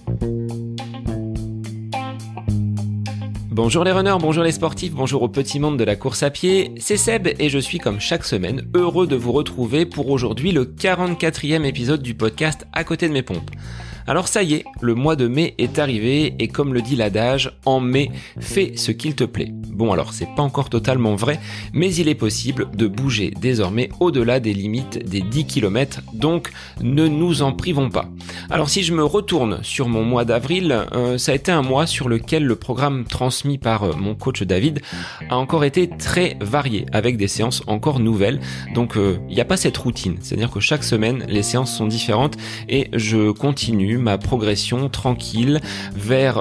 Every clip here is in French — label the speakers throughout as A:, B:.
A: Bonjour les runners, bonjour les sportifs, bonjour au petit monde de la course à pied, c'est Seb et je suis comme chaque semaine heureux de vous retrouver pour aujourd'hui le 44e épisode du podcast À côté de mes pompes. Alors ça y est, le mois de mai est arrivé et comme le dit l'adage, en mai, fais ce qu'il te plaît. Bon alors c'est pas encore totalement vrai, mais il est possible de bouger désormais au-delà des limites des 10 km, donc ne nous en privons pas. Alors si je me retourne sur mon mois d'avril, ça a été un mois sur lequel le programme transmis par mon coach David a encore été très varié, avec des séances encore nouvelles, donc il n'y a pas cette routine, c'est-à-dire que chaque semaine les séances sont différentes et je continue ma progression tranquille vers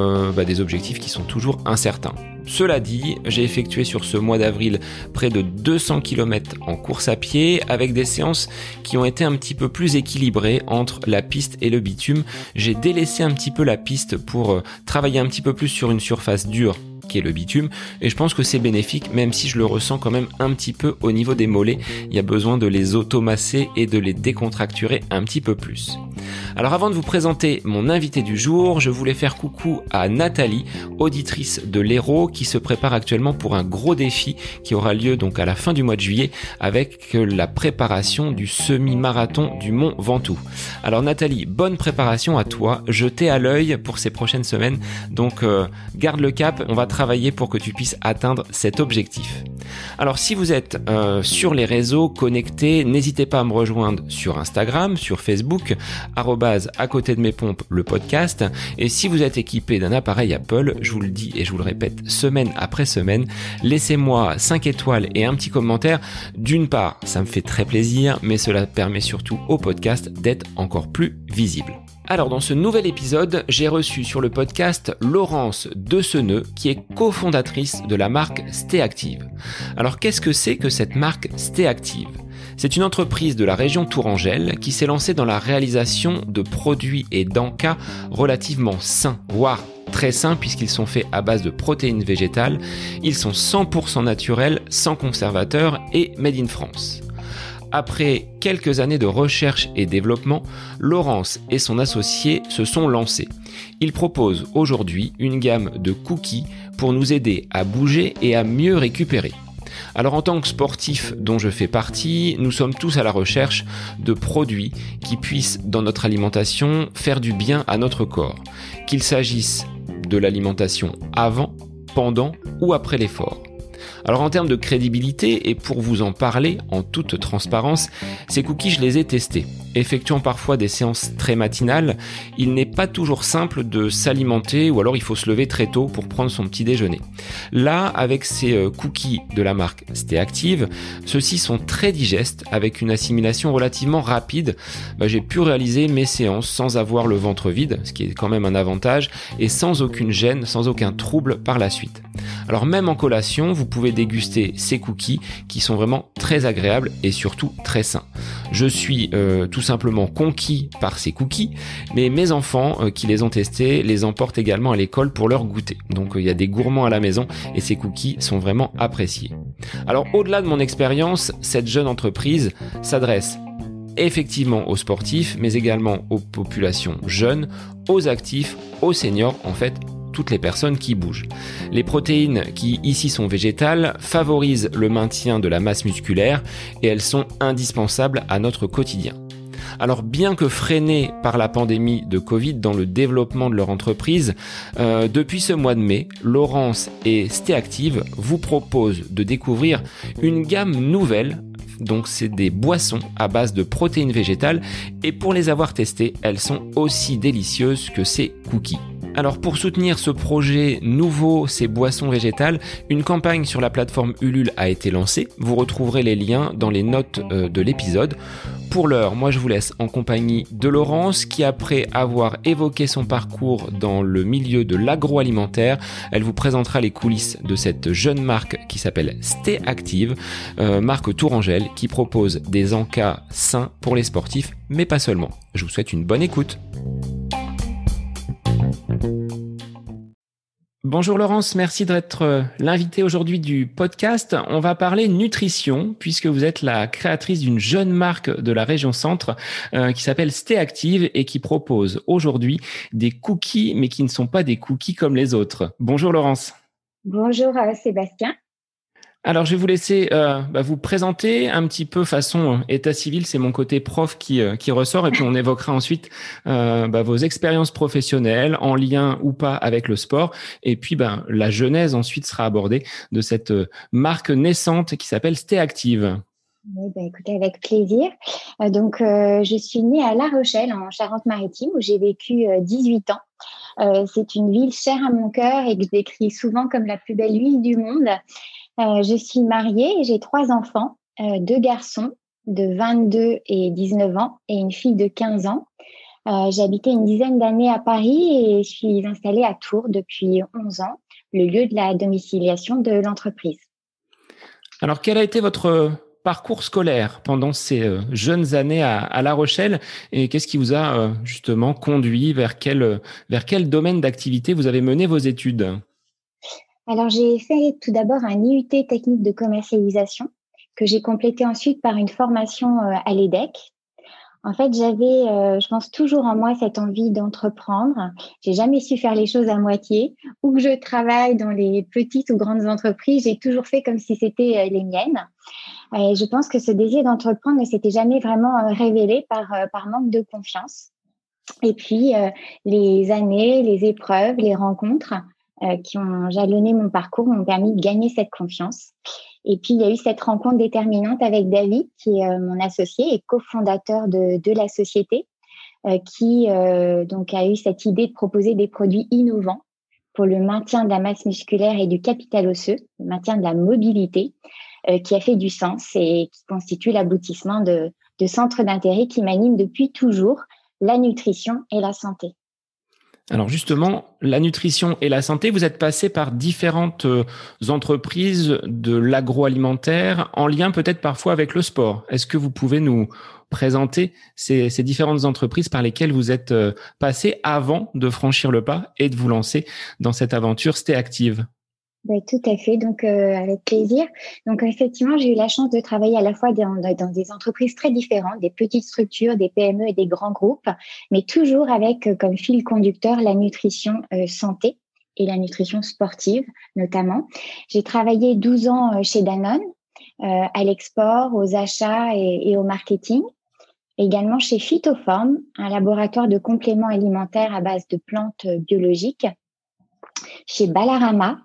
A: des objectifs qui sont toujours incertains. Cela dit, j'ai effectué sur ce mois d'avril près de 200 km en course à pied avec des séances qui ont été un petit peu plus équilibrées entre la piste et le bitume. J'ai délaissé un petit peu la piste pour travailler un petit peu plus sur une surface dure qui est le bitume, et je pense que c'est bénéfique, même si je le ressens quand même un petit peu au niveau des mollets. Il y a besoin de les automasser et de les décontracturer un petit peu plus. Alors avant de vous présenter mon invité du jour, je voulais faire coucou à Nathalie, auditrice de l'Hérault, qui se prépare actuellement pour un gros défi qui aura lieu donc à la fin du mois de juillet avec la préparation du semi-marathon du Mont Ventoux. Alors Nathalie, bonne préparation à toi, je t'ai à l'œil pour ces prochaines semaines, donc garde le cap, on va travailler pour que tu puisses atteindre cet objectif. Alors si vous êtes sur les réseaux connectés, n'hésitez pas à me rejoindre sur Instagram, sur Facebook, @ à côté de mes pompes le podcast, et si vous êtes équipé d'un appareil Apple, je vous le dis et je vous le répète semaine après semaine, laissez-moi 5 étoiles et un petit commentaire. D'une part, ça me fait très plaisir, mais cela permet surtout au podcast d'être encore plus visible. Alors dans ce nouvel épisode, j'ai reçu sur le podcast Laurence Deceneux, qui est cofondatrice de la marque Stayactive. Alors qu'est-ce que c'est que cette marque Stayactive ? C'est une entreprise de la région Tourangelle qui s'est lancée dans la réalisation de produits et d'encas relativement sains, voire très sains puisqu'ils sont faits à base de protéines végétales. Ils sont 100% naturels, sans conservateurs et made in France. Après quelques années de recherche et développement, Laurence et son associé se sont lancés. Ils proposent aujourd'hui une gamme de cookies pour nous aider à bouger et à mieux récupérer. Alors en tant que sportif dont je fais partie, nous sommes tous à la recherche de produits qui puissent dans notre alimentation faire du bien à notre corps, qu'il s'agisse de l'alimentation avant, pendant ou après l'effort. Alors en termes de crédibilité, et pour vous en parler en toute transparence, ces cookies je les ai testés. Effectuant parfois des séances très matinales, il n'est pas toujours simple de s'alimenter ou alors il faut se lever très tôt pour prendre son petit déjeuner. Là, avec ces cookies de la marque Stayactive, ceux-ci sont très digestes avec une assimilation relativement rapide. J'ai pu réaliser mes séances sans avoir le ventre vide, ce qui est quand même un avantage, et sans aucune gêne, sans aucun trouble par la suite. Alors même en collation, vous pouvez déguster ces cookies qui sont vraiment très agréables et surtout très sains. Je suis tout simplement conquis par ces cookies, mais mes enfants qui les ont testés les emportent également à l'école pour leur goûter. Donc il y a des gourmands à la maison et ces cookies sont vraiment appréciés. Alors au-delà de mon expérience, cette jeune entreprise s'adresse effectivement aux sportifs, mais également aux populations jeunes, aux actifs, aux seniors, en fait, toutes les personnes qui bougent. Les protéines qui ici sont végétales favorisent le maintien de la masse musculaire et elles sont indispensables à notre quotidien. Alors bien que freinés par la pandémie de Covid dans le développement de leur entreprise, depuis ce mois de mai, Laurence et Stayactive vous proposent de découvrir une gamme nouvelle. Donc c'est des boissons à base de protéines végétales et pour les avoir testées, elles sont aussi délicieuses que ces cookies. Alors pour soutenir ce projet nouveau, ces boissons végétales, une campagne sur la plateforme Ulule a été lancée. Vous retrouverez les liens dans les notes de l'épisode. Pour l'heure, moi je vous laisse en compagnie de Laurence qui, après avoir évoqué son parcours dans le milieu de l'agroalimentaire, elle vous présentera les coulisses de cette jeune marque qui s'appelle Stayactive, marque Tourangelle qui propose des encas sains pour les sportifs, mais pas seulement. Je vous souhaite une bonne écoute. Bonjour Laurence, merci d'être l'invitée aujourd'hui du podcast. On va parler nutrition puisque vous êtes la créatrice d'une jeune marque de la région Centre qui s'appelle Stay Active et qui propose aujourd'hui des cookies mais qui ne sont pas des cookies comme les autres. Bonjour Laurence.
B: Bonjour Sébastien.
A: Alors, je vais vous laisser vous présenter un petit peu façon état civil. C'est mon côté prof qui ressort. Et puis, on évoquera ensuite vos expériences professionnelles en lien ou pas avec le sport. Et puis, la genèse ensuite sera abordée de cette marque naissante qui s'appelle Stay Active.
B: Oui, écoutez, avec plaisir. Je suis née à La Rochelle, en Charente-Maritime, où j'ai vécu 18 ans. C'est une ville chère à mon cœur et que je décris souvent comme la plus belle ville du monde. Je suis mariée et j'ai 3 enfants, 2 garçons de 22 et 19 ans et une fille de 15 ans. J'ai habité une dizaine d'années à Paris et je suis installée à Tours depuis 11 ans, le lieu de la domiciliation de l'entreprise.
A: Alors, quel a été votre parcours scolaire pendant ces jeunes années à La Rochelle et qu'est-ce qui vous a justement conduit vers quel domaine d'activité vous avez mené vos études?
B: Alors, j'ai fait tout d'abord un IUT technique de commercialisation que j'ai complété ensuite par une formation à l'EDEC. En fait, j'avais, je pense, toujours en moi cette envie d'entreprendre. J'ai jamais su faire les choses à moitié. Où que je travaille dans les petites ou grandes entreprises, j'ai toujours fait comme si c'était les miennes. Et je pense que ce désir d'entreprendre ne s'était jamais vraiment révélé par manque de confiance. Et puis, les années, les épreuves, les rencontres qui ont jalonné mon parcours m'ont permis de gagner cette confiance. Et puis, il y a eu cette rencontre déterminante avec David, qui est mon associé et cofondateur de la société, qui donc a eu cette idée de proposer des produits innovants pour le maintien de la masse musculaire et du capital osseux, le maintien de la mobilité, qui a fait du sens et qui constitue l'aboutissement de centres d'intérêt qui m'animent depuis toujours, la nutrition et la santé.
A: Alors justement, la nutrition et la santé, vous êtes passé par différentes entreprises de l'agroalimentaire en lien peut-être parfois avec le sport. Est-ce que vous pouvez nous présenter ces différentes entreprises par lesquelles vous êtes passé avant de franchir le pas et de vous lancer dans cette aventure Stay Active?
B: Tout à fait, donc avec plaisir. Donc effectivement, j'ai eu la chance de travailler à la fois dans des entreprises très différentes, des petites structures, des PME et des grands groupes, mais toujours avec comme fil conducteur la nutrition santé et la nutrition sportive notamment. J'ai travaillé 12 ans chez Danone, à l'export, aux achats et au marketing. Également chez Phytoform, un laboratoire de compléments alimentaires à base de plantes biologiques. Chez Balarama,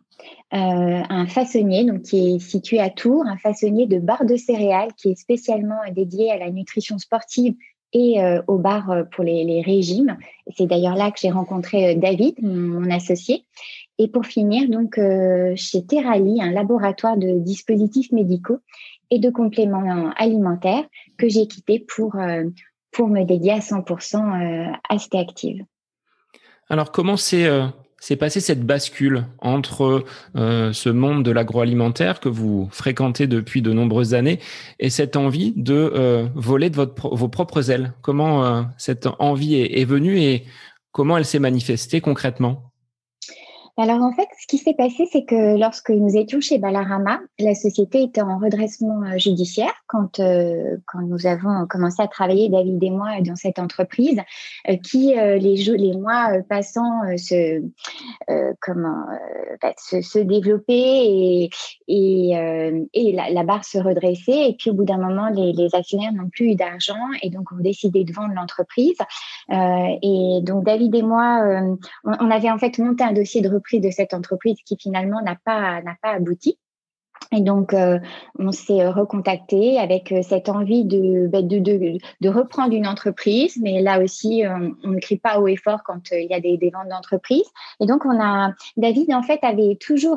B: un façonnier donc qui est situé à Tours, un façonnier de barres de céréales qui est spécialement dédié à la nutrition sportive et aux barres pour les régimes. C'est d'ailleurs là que j'ai rencontré David, mon associé. Et pour finir, donc chez Terali, un laboratoire de dispositifs médicaux et de compléments alimentaires que j'ai quitté pour me dédier à 100% à Stay Active.
A: Alors comment s'est passée cette bascule entre ce monde de l'agroalimentaire que vous fréquentez depuis de nombreuses années et cette envie de voler de vos propres ailes? Comment cette envie est venue et comment elle s'est manifestée concrètement?
B: Alors en fait, ce qui s'est passé, c'est que lorsque nous étions chez Balarama, la société était en redressement judiciaire quand nous avons commencé à travailler, David et moi, dans cette entreprise, les mois passant se développer et la barre se redresser. Et puis au bout d'un moment, les actionnaires n'ont plus eu d'argent et donc ont décidé de vendre l'entreprise. Et donc David et moi, on avait en fait monté un dossier de reprise de cette entreprise qui finalement n'a pas abouti. Et donc, on s'est recontacté avec cette envie de reprendre une entreprise, mais là aussi, on ne crie pas haut et fort quand il y a des ventes d'entreprise. Et donc, David en fait avait toujours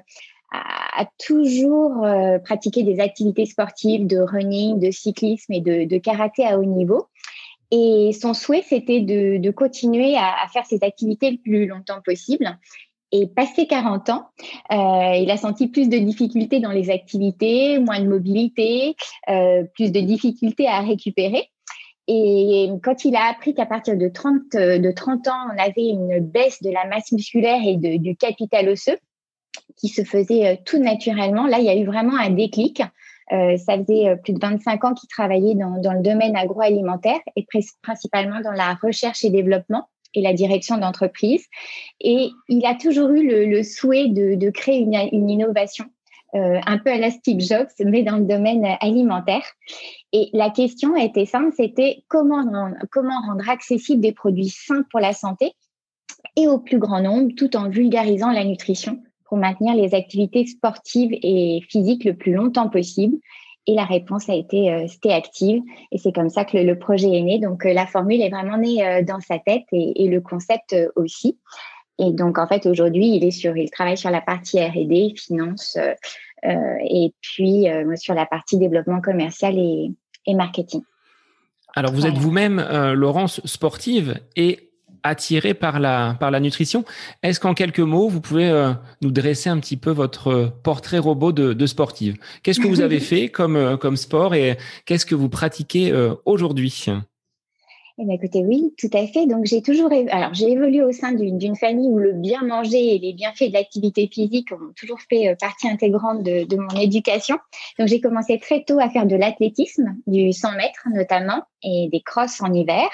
B: pratiqué des activités sportives de running, de cyclisme et de karaté à haut niveau. Et son souhait, c'était de continuer à faire ces activités le plus longtemps possible. Et passé 40 ans, il a senti plus de difficultés dans les activités, moins de mobilité, plus de difficultés à récupérer. Et quand il a appris qu'à partir de 30 ans, on avait une baisse de la masse musculaire et du capital osseux qui se faisait tout naturellement, là, il y a eu vraiment un déclic. Ça faisait plus de 25 ans qu'il travaillait dans le domaine agroalimentaire et principalement dans la recherche et développement et la direction d'entreprise. Et il a toujours eu le souhait de créer une innovation, un peu à la Steve Jobs, mais dans le domaine alimentaire. Et la question était simple, c'était comment rendre accessible des produits sains pour la santé et au plus grand nombre, tout en vulgarisant la nutrition pour maintenir les activités sportives et physiques le plus longtemps possible. Et la réponse a été StéActive. Et c'est comme ça que le projet est né. Donc, la formule est vraiment née dans sa tête et le concept aussi. Et donc, en fait, aujourd'hui, il travaille sur la partie R&D, finance, et puis sur la partie développement commercial et marketing.
A: Alors, vous êtes vous-même, Laurence, sportive et attirée par la nutrition. Est-ce qu'en quelques mots, vous pouvez nous dresser un petit peu votre portrait robot de sportive? Qu'est-ce que vous avez fait comme sport et qu'est-ce que vous pratiquez aujourd'hui?
B: Eh bien, écoutez, oui, tout à fait. Donc, j'ai évolué au sein d'une famille où le bien manger et les bienfaits de l'activité physique ont toujours fait partie intégrante de mon éducation. Donc, j'ai commencé très tôt à faire de l'athlétisme, du 100 mètres notamment, et des crosses en hiver.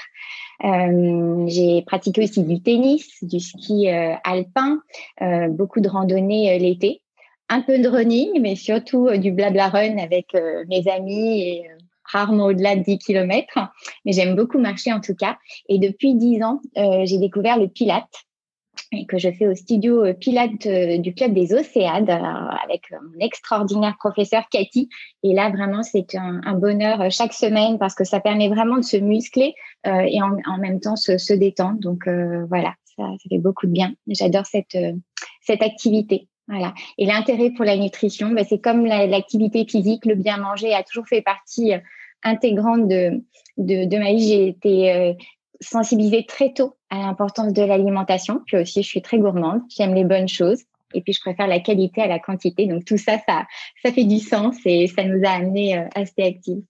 B: J'ai pratiqué aussi du tennis, du ski alpin, beaucoup de randonnées l'été, un peu de running, mais surtout du blabla run avec mes amis et rarement au-delà de 10 kilomètres, mais j'aime beaucoup marcher en tout cas. Et depuis 10 ans, j'ai découvert le Pilates et que je fais au studio Pilates du Club des Océades avec mon extraordinaire professeur Cathy. Et là, vraiment, c'est un bonheur chaque semaine parce que ça permet vraiment de se muscler et en même temps se détendre. Donc voilà, ça fait beaucoup de bien. J'adore cette activité. Voilà. Et l'intérêt pour la nutrition, c'est comme l'activité physique, le bien manger a toujours fait partie intégrante de ma vie. J'ai été sensibilisée très tôt à l'importance de l'alimentation. Puis aussi, je suis très gourmande, j'aime les bonnes choses. Et puis, je préfère la qualité à la quantité. Donc, tout ça fait du sens et ça nous a amenés à StéActive.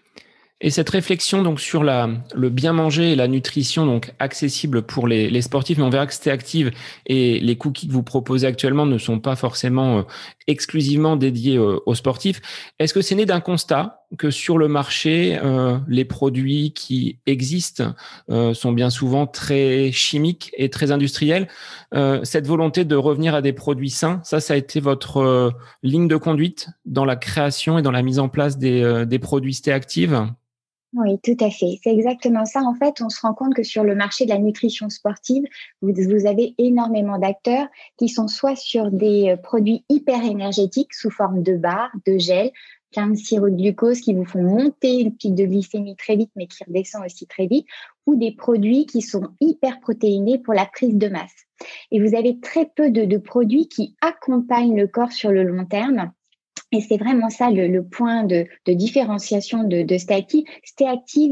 A: Et cette réflexion donc sur le bien manger et la nutrition donc accessible pour les sportifs, mais on verra que StéActive et les cookies que vous proposez actuellement ne sont pas forcément exclusivement dédiés aux sportifs. Est-ce que c'est né d'un constat que sur le marché, les produits qui existent sont bien souvent très chimiques et très industriels? Cette volonté de revenir à des produits sains, ça a été votre ligne de conduite dans la création et dans la mise en place des produits StéActive?
B: Oui, tout à fait. C'est exactement ça. En fait, on se rend compte que sur le marché de la nutrition sportive, vous avez énormément d'acteurs qui sont soit sur des produits hyper énergétiques sous forme de barres, de gel, plein de sirop de glucose qui vous font monter le pic de glycémie très vite, mais qui redescend aussi très vite, ou des produits qui sont hyper protéinés pour la prise de masse. Et vous avez très peu de produits qui accompagnent le corps sur le long terme. Et c'est vraiment ça le point de différenciation de StéActive. StéActive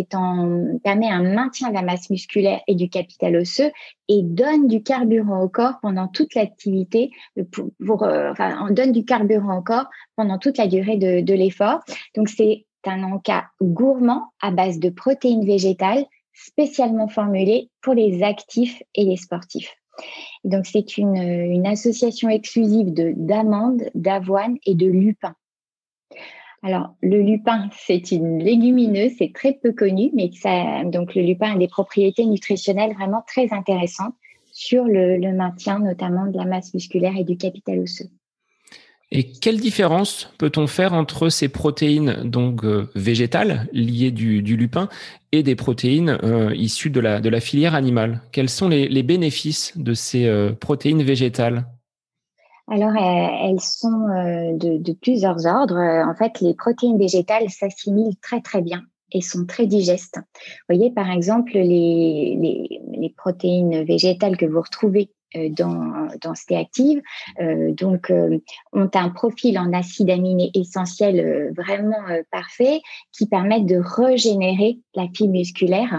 B: permet un maintien de la masse musculaire et du capital osseux et donne du carburant au corps pendant toute l'activité, on donne du carburant au corps pendant toute la durée de l'effort. Donc, c'est un encas gourmand à base de protéines végétales spécialement formulées pour les actifs et les sportifs. Donc, c'est une association exclusive d'amandes, d'avoine et de lupin. Alors, le lupin, c'est une légumineuse, c'est très peu connu, mais donc le lupin a des propriétés nutritionnelles vraiment très intéressantes sur le maintien notamment de la masse musculaire et du capital osseux.
A: Et quelle différence peut-on faire entre ces protéines donc végétales liées du lupin et des protéines issues de la filière animale? Quels sont les bénéfices de ces protéines végétales?
B: Alors, elles sont de plusieurs ordres. En fait, les protéines végétales s'assimilent très, très bien et sont très digestes. Vous voyez, par exemple, les protéines végétales que vous retrouvez dans Stay Active, ont un profil en acides aminés essentiels vraiment parfait qui permettent de régénérer la fibre musculaire.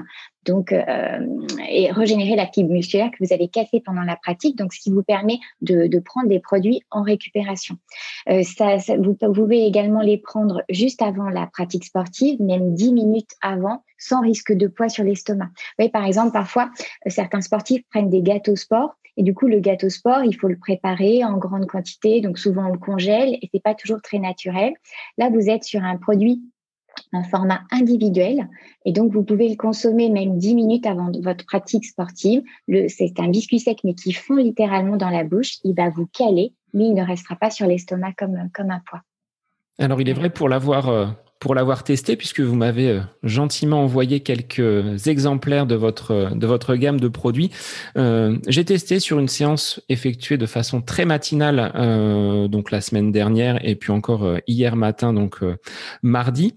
B: Et régénérer la fibre musculaire que vous avez cassée pendant la pratique, donc ce qui vous permet de prendre des produits en récupération. Vous pouvez également les prendre juste avant la pratique sportive, même 10 minutes avant, sans risque de poids sur l'estomac. Vous voyez, par exemple, parfois, certains sportifs prennent des gâteaux sport, et du coup, le gâteau sport, il faut le préparer en grande quantité, donc souvent on le congèle, et c'est pas toujours très naturel. Là, vous êtes sur un produit en format individuel et donc vous pouvez le consommer même 10 minutes avant votre pratique sportive. C'est un biscuit sec mais qui fond littéralement dans la bouche. Il va vous caler, mais il ne restera pas sur l'estomac comme un poids.
A: Alors, il est vrai, pour l'avoir testé, puisque vous m'avez gentiment envoyé quelques exemplaires de votre gamme de produits, j'ai testé sur une séance effectuée de façon très matinale, donc la semaine dernière, et puis encore hier matin, donc mardi.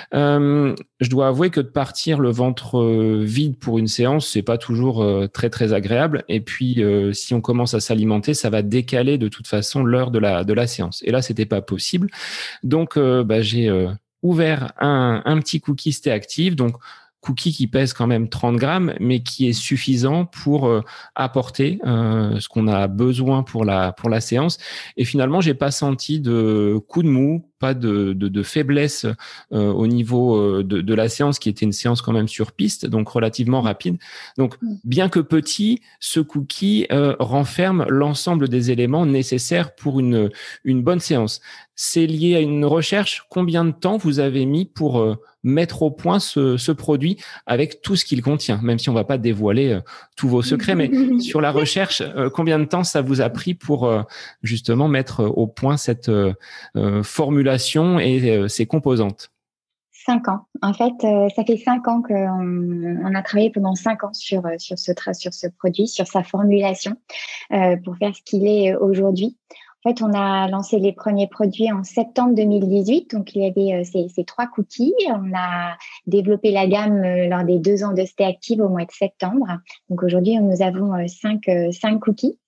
A: Je dois avouer que de partir le ventre vide pour une séance, c'est pas toujours très très agréable. Et puis, si on commence à s'alimenter, ça va décaler de toute façon l'heure de la séance. Et là, c'était pas possible. Donc, j'ai ouvert un petit cookie Stay Active, donc cookie qui pèse quand même 30 grammes, mais qui est suffisant pour apporter ce qu'on a besoin pour la séance. Et finalement, j'ai pas senti de coup de mou, pas de faiblesse au niveau de la séance, qui était une séance quand même sur piste, donc relativement rapide. Donc, bien que petit, ce cookie renferme l'ensemble des éléments nécessaires pour une bonne séance. C'est lié à une recherche. Combien de temps vous avez mis pour mettre au point ce produit avec tout ce qu'il contient, même si on ne va pas dévoiler tous vos secrets, mais sur la recherche, combien de temps ça vous a pris pour justement mettre au point cette formulation et ses composantes?
B: 5 ans. En fait, ça fait 5 ans qu'on a travaillé pendant 5 ans sur ce produit, sur sa formulation, pour faire ce qu'il est aujourd'hui. En fait, on a lancé les premiers produits en septembre 2018. Donc, il y avait ces 3 cookies. On a développé la gamme lors des 2 ans de Stay Active au mois de septembre. Donc, aujourd'hui, nous avons 5 cookies.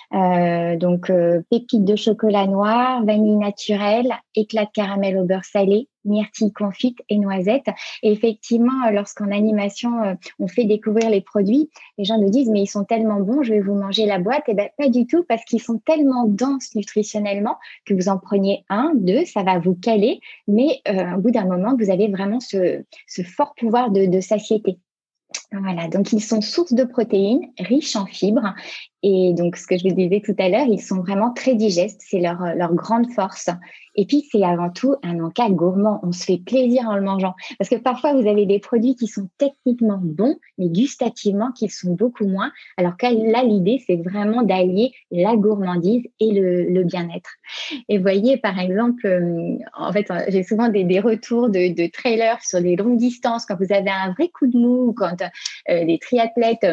B: Pépites de chocolat noir, vanille naturelle, éclat de caramel au beurre salé, myrtille confite et noisettes. Et effectivement, lorsqu'en animation, on fait découvrir les produits, les gens nous disent « mais ils sont tellement bons, je vais vous manger la boîte ». Eh ben pas du tout, parce qu'ils sont tellement denses nutritionnellement que vous en preniez 1, 2, ça va vous caler, mais au bout d'un moment, vous avez vraiment ce fort pouvoir de satiété. Voilà, donc ils sont source de protéines, riches en fibres. Et donc, ce que je vous disais tout à l'heure, ils sont vraiment très digestes, c'est leur grande force. Et puis, c'est avant tout un encas gourmand. On se fait plaisir en le mangeant. Parce que parfois, vous avez des produits qui sont techniquement bons, mais gustativement, qui sont beaucoup moins. Alors que là, l'idée, c'est vraiment d'allier la gourmandise et le bien-être. Et vous voyez, par exemple, en fait, j'ai souvent des retours de trailers sur des longues distances, quand vous avez un vrai coup de mou, quand les triathlètes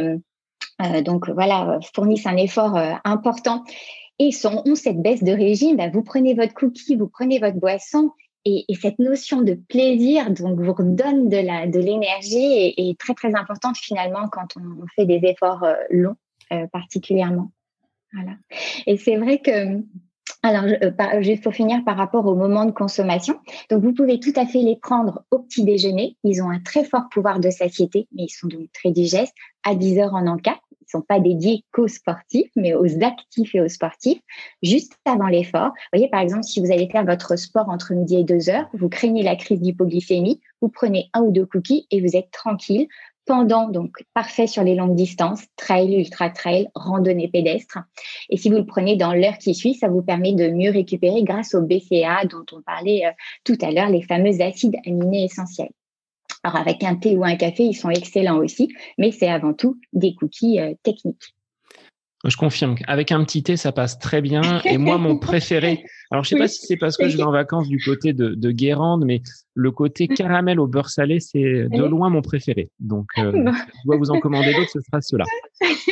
B: fournissent un effort important et ont cette baisse de régime, vous prenez votre cookie, vous prenez votre boisson et cette notion de plaisir donc vous redonne de l'énergie et est très très importante finalement quand on fait des efforts longs particulièrement. Voilà. Et c'est vrai que alors, juste pour finir par rapport au moment de consommation, donc vous pouvez tout à fait les prendre au petit déjeuner. Ils ont un très fort pouvoir de satiété, mais ils sont donc très digestes, à 10 heures en encas. Ils ne sont pas dédiés qu'aux sportifs, mais aux actifs et aux sportifs, juste avant l'effort. Vous voyez, par exemple, si vous allez faire votre sport entre midi et 2 heures, vous craignez la crise d'hypoglycémie, vous prenez 1 ou 2 cookies et vous êtes tranquille. Pendant, donc parfait sur les longues distances, trail, ultra trail, randonnée pédestre. Et si vous le prenez dans l'heure qui suit, ça vous permet de mieux récupérer grâce au BCAA dont on parlait tout à l'heure, les fameux acides aminés essentiels. Alors avec un thé ou un café, ils sont excellents aussi, mais c'est avant tout des cookies techniques.
A: Je confirme qu'avec un petit thé, ça passe très bien. Et moi, mon préféré, alors je sais pas si c'est parce que je vais en vacances du côté de Guérande, mais le côté caramel au beurre salé, c'est de loin mon préféré. Donc, je dois vous en commander d'autres, ce sera ceux-là.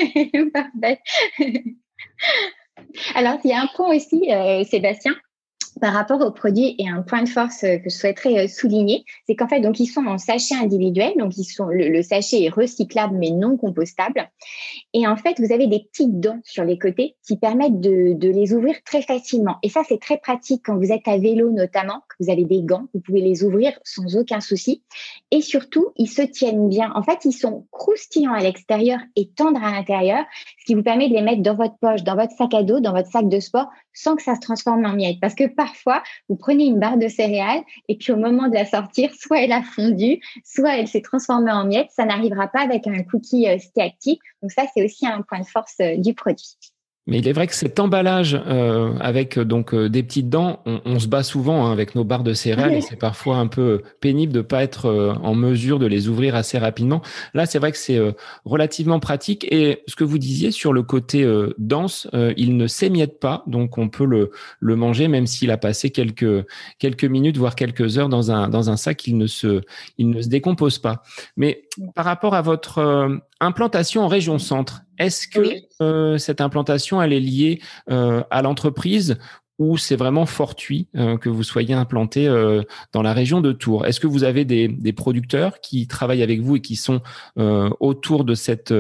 B: Parfait. Alors, il y a un point aussi, Sébastien, par rapport aux produits, et un point de force que je souhaiterais souligner, c'est qu'en fait, donc ils sont en sachet individuel, donc le sachet est recyclable mais non compostable. Et en fait, vous avez des petites dents sur les côtés qui permettent de les ouvrir très facilement. Et ça, c'est très pratique quand vous êtes à vélo notamment, que vous avez des gants, vous pouvez les ouvrir sans aucun souci. Et surtout, ils se tiennent bien. En fait, ils sont croustillants à l'extérieur et tendres à l'intérieur, ce qui vous permet de les mettre dans votre poche, dans votre sac à dos, dans votre sac de sport, sans que ça se transforme en miettes. Parce que parfois, vous prenez une barre de céréales et puis au moment de la sortir, soit elle a fondu, soit elle s'est transformée en miettes. Ça n'arrivera pas avec un cookie stick. Donc ça, c'est aussi un point de force du produit.
A: Mais il est vrai que cet emballage avec des petites dents, on se bat souvent avec nos barres de céréales et c'est parfois un peu pénible de pas être en mesure de les ouvrir assez rapidement. Là, c'est vrai que c'est relativement pratique. Et ce que vous disiez sur le côté dense, il ne s'émiette pas, donc on peut le manger même s'il a passé quelques minutes voire quelques heures dans un sac, il ne se décompose pas. Mais par rapport à votre implantation en région centre, est-ce que cette implantation, elle est liée à l'entreprise ou c'est vraiment fortuit que vous soyez implanté dans la région de Tours? Est-ce que vous avez des producteurs qui travaillent avec vous et qui sont autour de cette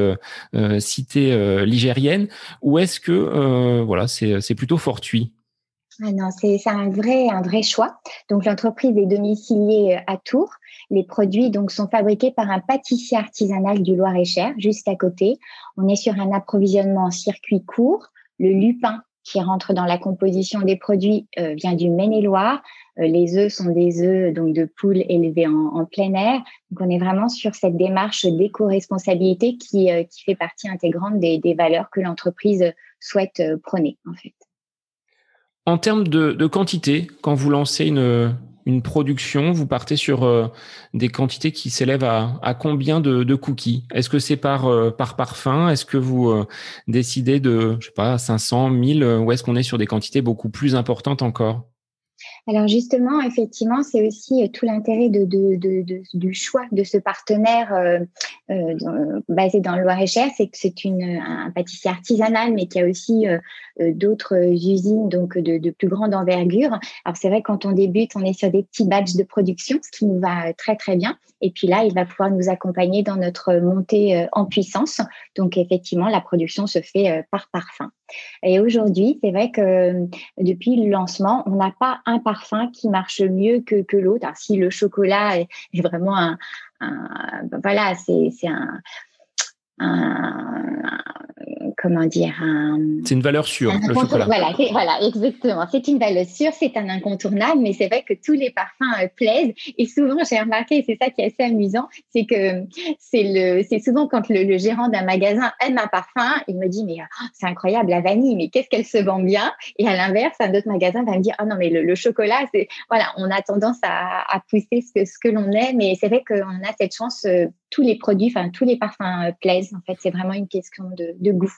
A: cité ligérienne, ou est-ce que c'est plutôt fortuit?
B: Ah non, c'est un vrai choix. Donc, l'entreprise est domiciliée à Tours. Les produits donc sont fabriqués par un pâtissier artisanal du Loir-et-Cher, juste à côté. On est sur un approvisionnement en circuit court. Le lupin qui rentre dans la composition des produits vient du Maine-et-Loire. Les œufs sont des œufs donc de poules élevés en plein air. Donc, on est vraiment sur cette démarche d'éco-responsabilité qui fait partie intégrante des valeurs que l'entreprise souhaite prôner, en fait.
A: En termes de quantité, quand vous lancez une production, vous partez sur des quantités qui s'élèvent à combien de cookies? Est-ce que c'est par parfum? Est-ce que vous décidez de, je sais pas, 500, 1000, ou est-ce qu'on est sur des quantités beaucoup plus importantes encore?
B: Alors justement, effectivement, c'est aussi tout l'intérêt du choix de ce partenaire basé dans le Loir-et-Cher, c'est que c'est un pâtissier artisanal, mais qui a aussi d'autres usines donc de plus grande envergure. Alors c'est vrai, quand on débute, on est sur des petits batchs de production, ce qui nous va très très bien. Et puis là, il va pouvoir nous accompagner dans notre montée en puissance. Donc effectivement, la production se fait par parfum. Et aujourd'hui, c'est vrai que depuis le lancement, on n'a pas un parfum qui marche mieux que l'autre. Alors, si le chocolat est vraiment voilà, c'est comment dire,
A: c'est une valeur sûre, le chocolat.
B: Voilà, exactement. C'est une valeur sûre, c'est un incontournable, mais c'est vrai que tous les parfums plaisent. Et souvent, j'ai remarqué, et c'est ça qui est assez amusant, c'est que c'est souvent quand le gérant d'un magasin aime un parfum, il me dit, mais c'est incroyable, la vanille, mais qu'est-ce qu'elle se vend bien. Et à l'inverse, un autre magasin va me dire, non, mais le chocolat, voilà, on a tendance à pousser ce que l'on aime. Et c'est vrai qu'on a cette chance, tous les produits, tous les parfums plaisent. En fait, c'est vraiment une question de goût.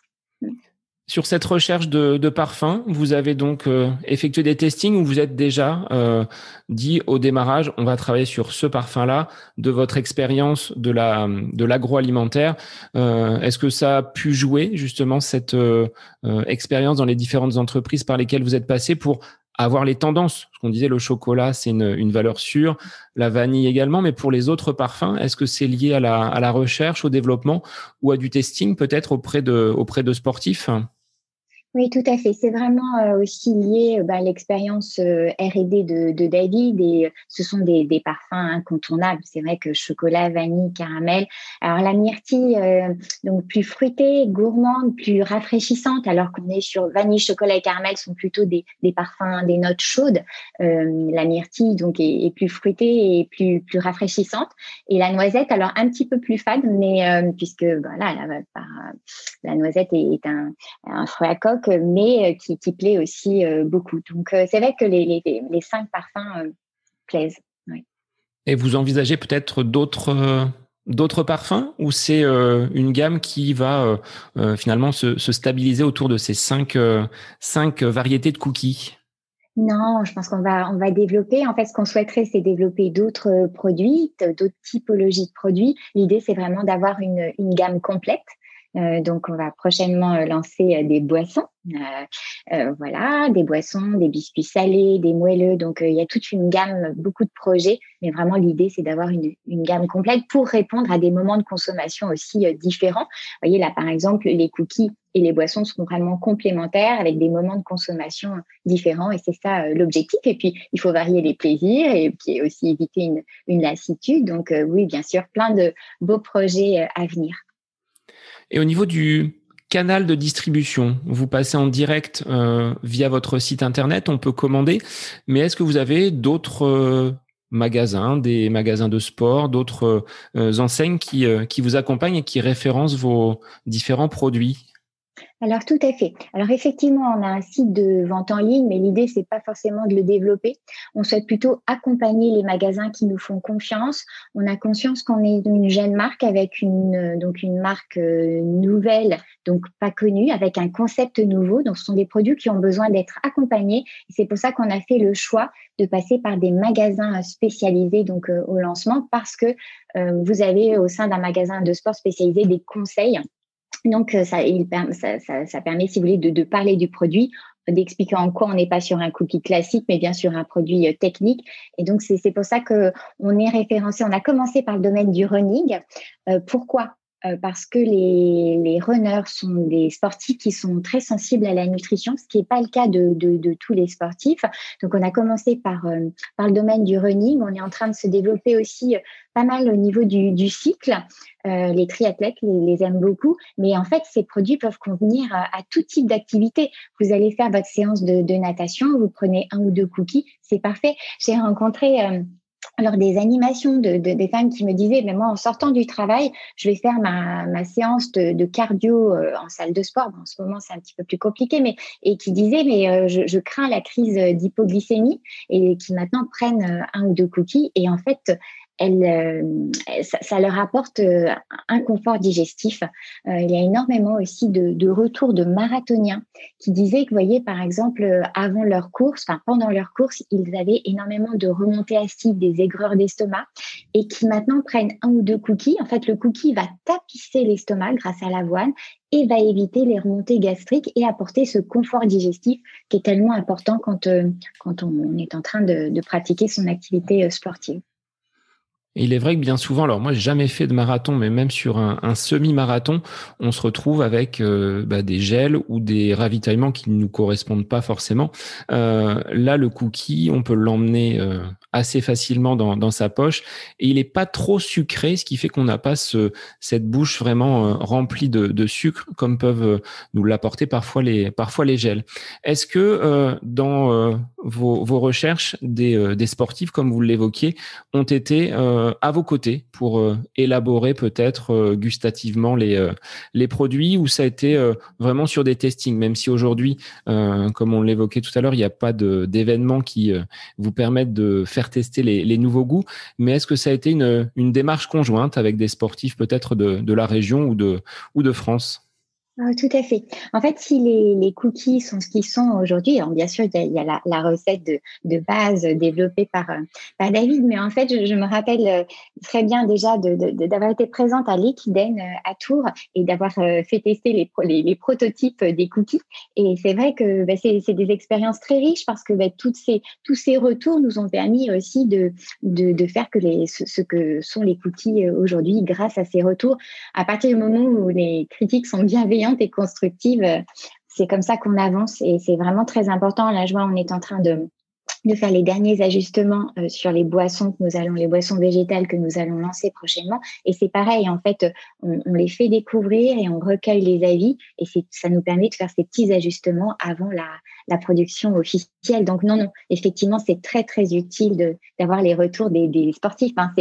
A: Sur cette recherche de parfum, vous avez donc effectué des testings où vous êtes déjà dit au démarrage, on va travailler sur ce parfum-là, de votre expérience de l'agroalimentaire. Est-ce que ça a pu jouer justement cette expérience dans les différentes entreprises par lesquelles vous êtes passé pour avoir les tendances? Ce qu'on disait, le chocolat, c'est une valeur sûre, la vanille également, mais pour les autres parfums, est-ce que c'est lié à la recherche, au développement ou à du testing peut-être auprès de sportifs?
B: Oui, tout à fait. C'est vraiment aussi lié à l'expérience R&D de David, et ce sont des parfums incontournables. C'est vrai que chocolat, vanille, caramel. Alors la myrtille, donc plus fruitée, gourmande, plus rafraîchissante, alors qu'on est sur vanille, chocolat et caramel sont plutôt des parfums, des notes chaudes. La myrtille donc est plus fruitée et plus rafraîchissante. Et la noisette, alors un petit peu plus fade, mais puisque voilà, la noisette est un fruit à coque, mais qui plaît aussi beaucoup. Donc, c'est vrai que les 5 parfums plaisent. Oui.
A: Et vous envisagez peut-être d'autres parfums, ou c'est une gamme qui va finalement se stabiliser autour de ces 5 variétés de cookies?
B: Non, je pense qu'on va développer. En fait, ce qu'on souhaiterait, c'est développer d'autres produits, d'autres typologies de produits. L'idée, c'est vraiment d'avoir une gamme complète. Donc, on va prochainement lancer des boissons. Voilà, des boissons, des biscuits salés, des moelleux. Donc, il y a toute une gamme, beaucoup de projets. Mais vraiment, l'idée, c'est d'avoir une gamme complète pour répondre à des moments de consommation aussi différents. Vous voyez, là, par exemple, les cookies et les boissons sont vraiment complémentaires avec des moments de consommation différents. Et c'est ça l'objectif. Et puis, il faut varier les plaisirs et puis aussi éviter une lassitude. Donc, oui, bien sûr, plein de beaux projets à venir.
A: Et au niveau du canal de distribution, vous passez en direct via votre site internet, on peut commander, mais est-ce que vous avez d'autres magasins, des magasins de sport, d'autres enseignes qui vous accompagnent et qui référencent vos différents produits?
B: Alors tout à fait. Alors effectivement, on a un site de vente en ligne, mais l'idée, c'est pas forcément de le développer. On souhaite plutôt accompagner les magasins qui nous font confiance. On a conscience qu'on est une jeune marque avec une marque nouvelle, donc pas connue, avec un concept nouveau. Donc ce sont des produits qui ont besoin d'être accompagnés. Et c'est pour ça qu'on a fait le choix de passer par des magasins spécialisés donc au lancement, parce que vous avez au sein d'un magasin de sport spécialisé des conseils. Donc, ça permet, si vous voulez, de parler du produit, d'expliquer en quoi on n'est pas sur un cookie classique, mais bien sur un produit technique. Et donc, c'est pour ça que on est référencé. On a commencé par le domaine du running. Pourquoi? Parce que les runners sont des sportifs qui sont très sensibles à la nutrition, ce qui n'est pas le cas de tous les sportifs. Donc, on a commencé par le domaine du running. On est en train de se développer aussi pas mal au niveau du cycle. Les triathlètes les aiment beaucoup, mais en fait, ces produits peuvent convenir à tout type d'activité. Vous allez faire votre séance de natation, vous prenez 1 ou 2 cookies, c'est parfait. J'ai rencontré lors des animations des femmes qui me disaient, mais moi, en sortant du travail, je vais faire ma séance de cardio en salle de sport. Bon, en ce moment, c'est un petit peu plus compliqué, et qui disaient, mais je crains la crise d'hypoglycémie, et qui maintenant prennent 1 ou 2 cookies. Et en fait, ça leur apporte un confort digestif. Il y a énormément aussi de retours de marathoniens qui disaient que, vous voyez, par exemple, avant leur course, enfin pendant leur course, ils avaient énormément de remontées acides, des aigreurs d'estomac, et qui maintenant prennent 1 ou 2 cookies. En fait, le cookie va tapisser l'estomac grâce à l'avoine et va éviter les remontées gastriques et apporter ce confort digestif qui est tellement important quand on est en train de pratiquer son activité sportive.
A: Il est vrai que bien souvent, alors moi j'ai jamais fait de marathon, mais même sur un semi-marathon, on se retrouve avec des gels ou des ravitaillements qui ne nous correspondent pas forcément. Là, le cookie, on peut l'emmener assez facilement dans sa poche et il est pas trop sucré, ce qui fait qu'on n'a pas cette bouche vraiment remplie de sucre comme peuvent nous l'apporter parfois les gels. Est-ce que dans vos recherches, des sportifs, comme vous l'évoquiez, ont été à vos côtés pour élaborer peut-être gustativement les produits, ou ça a été vraiment sur des testings, même si aujourd'hui, comme on l'évoquait tout à l'heure, il n'y a pas d'événements qui vous permettent de faire tester les nouveaux goûts, mais est-ce que ça a été une démarche conjointe avec des sportifs peut-être de la région ou de France?
B: Tout à fait. En fait, si les cookies sont ce qu'ils sont aujourd'hui, alors bien sûr, il y a la recette de base développée par David, mais en fait, je me rappelle très bien déjà d'avoir été présente à l'Equiden à Tours et d'avoir fait tester les prototypes des cookies. Et c'est vrai que c'est des expériences très riches parce que tous ces retours nous ont permis aussi de faire ce que sont les cookies aujourd'hui grâce à ces retours. À partir du moment où les critiques sont bienveillantes et constructives, c'est comme ça qu'on avance et c'est vraiment très important. Là, je vois, on est en train de faire les derniers ajustements sur les boissons les boissons végétales que nous allons lancer prochainement. Et c'est pareil, en fait, on les fait découvrir et on recueille les avis et ça nous permet de faire ces petits ajustements avant la production officielle. Donc non, effectivement, c'est très, très utile d'avoir les retours des sportifs. Enfin,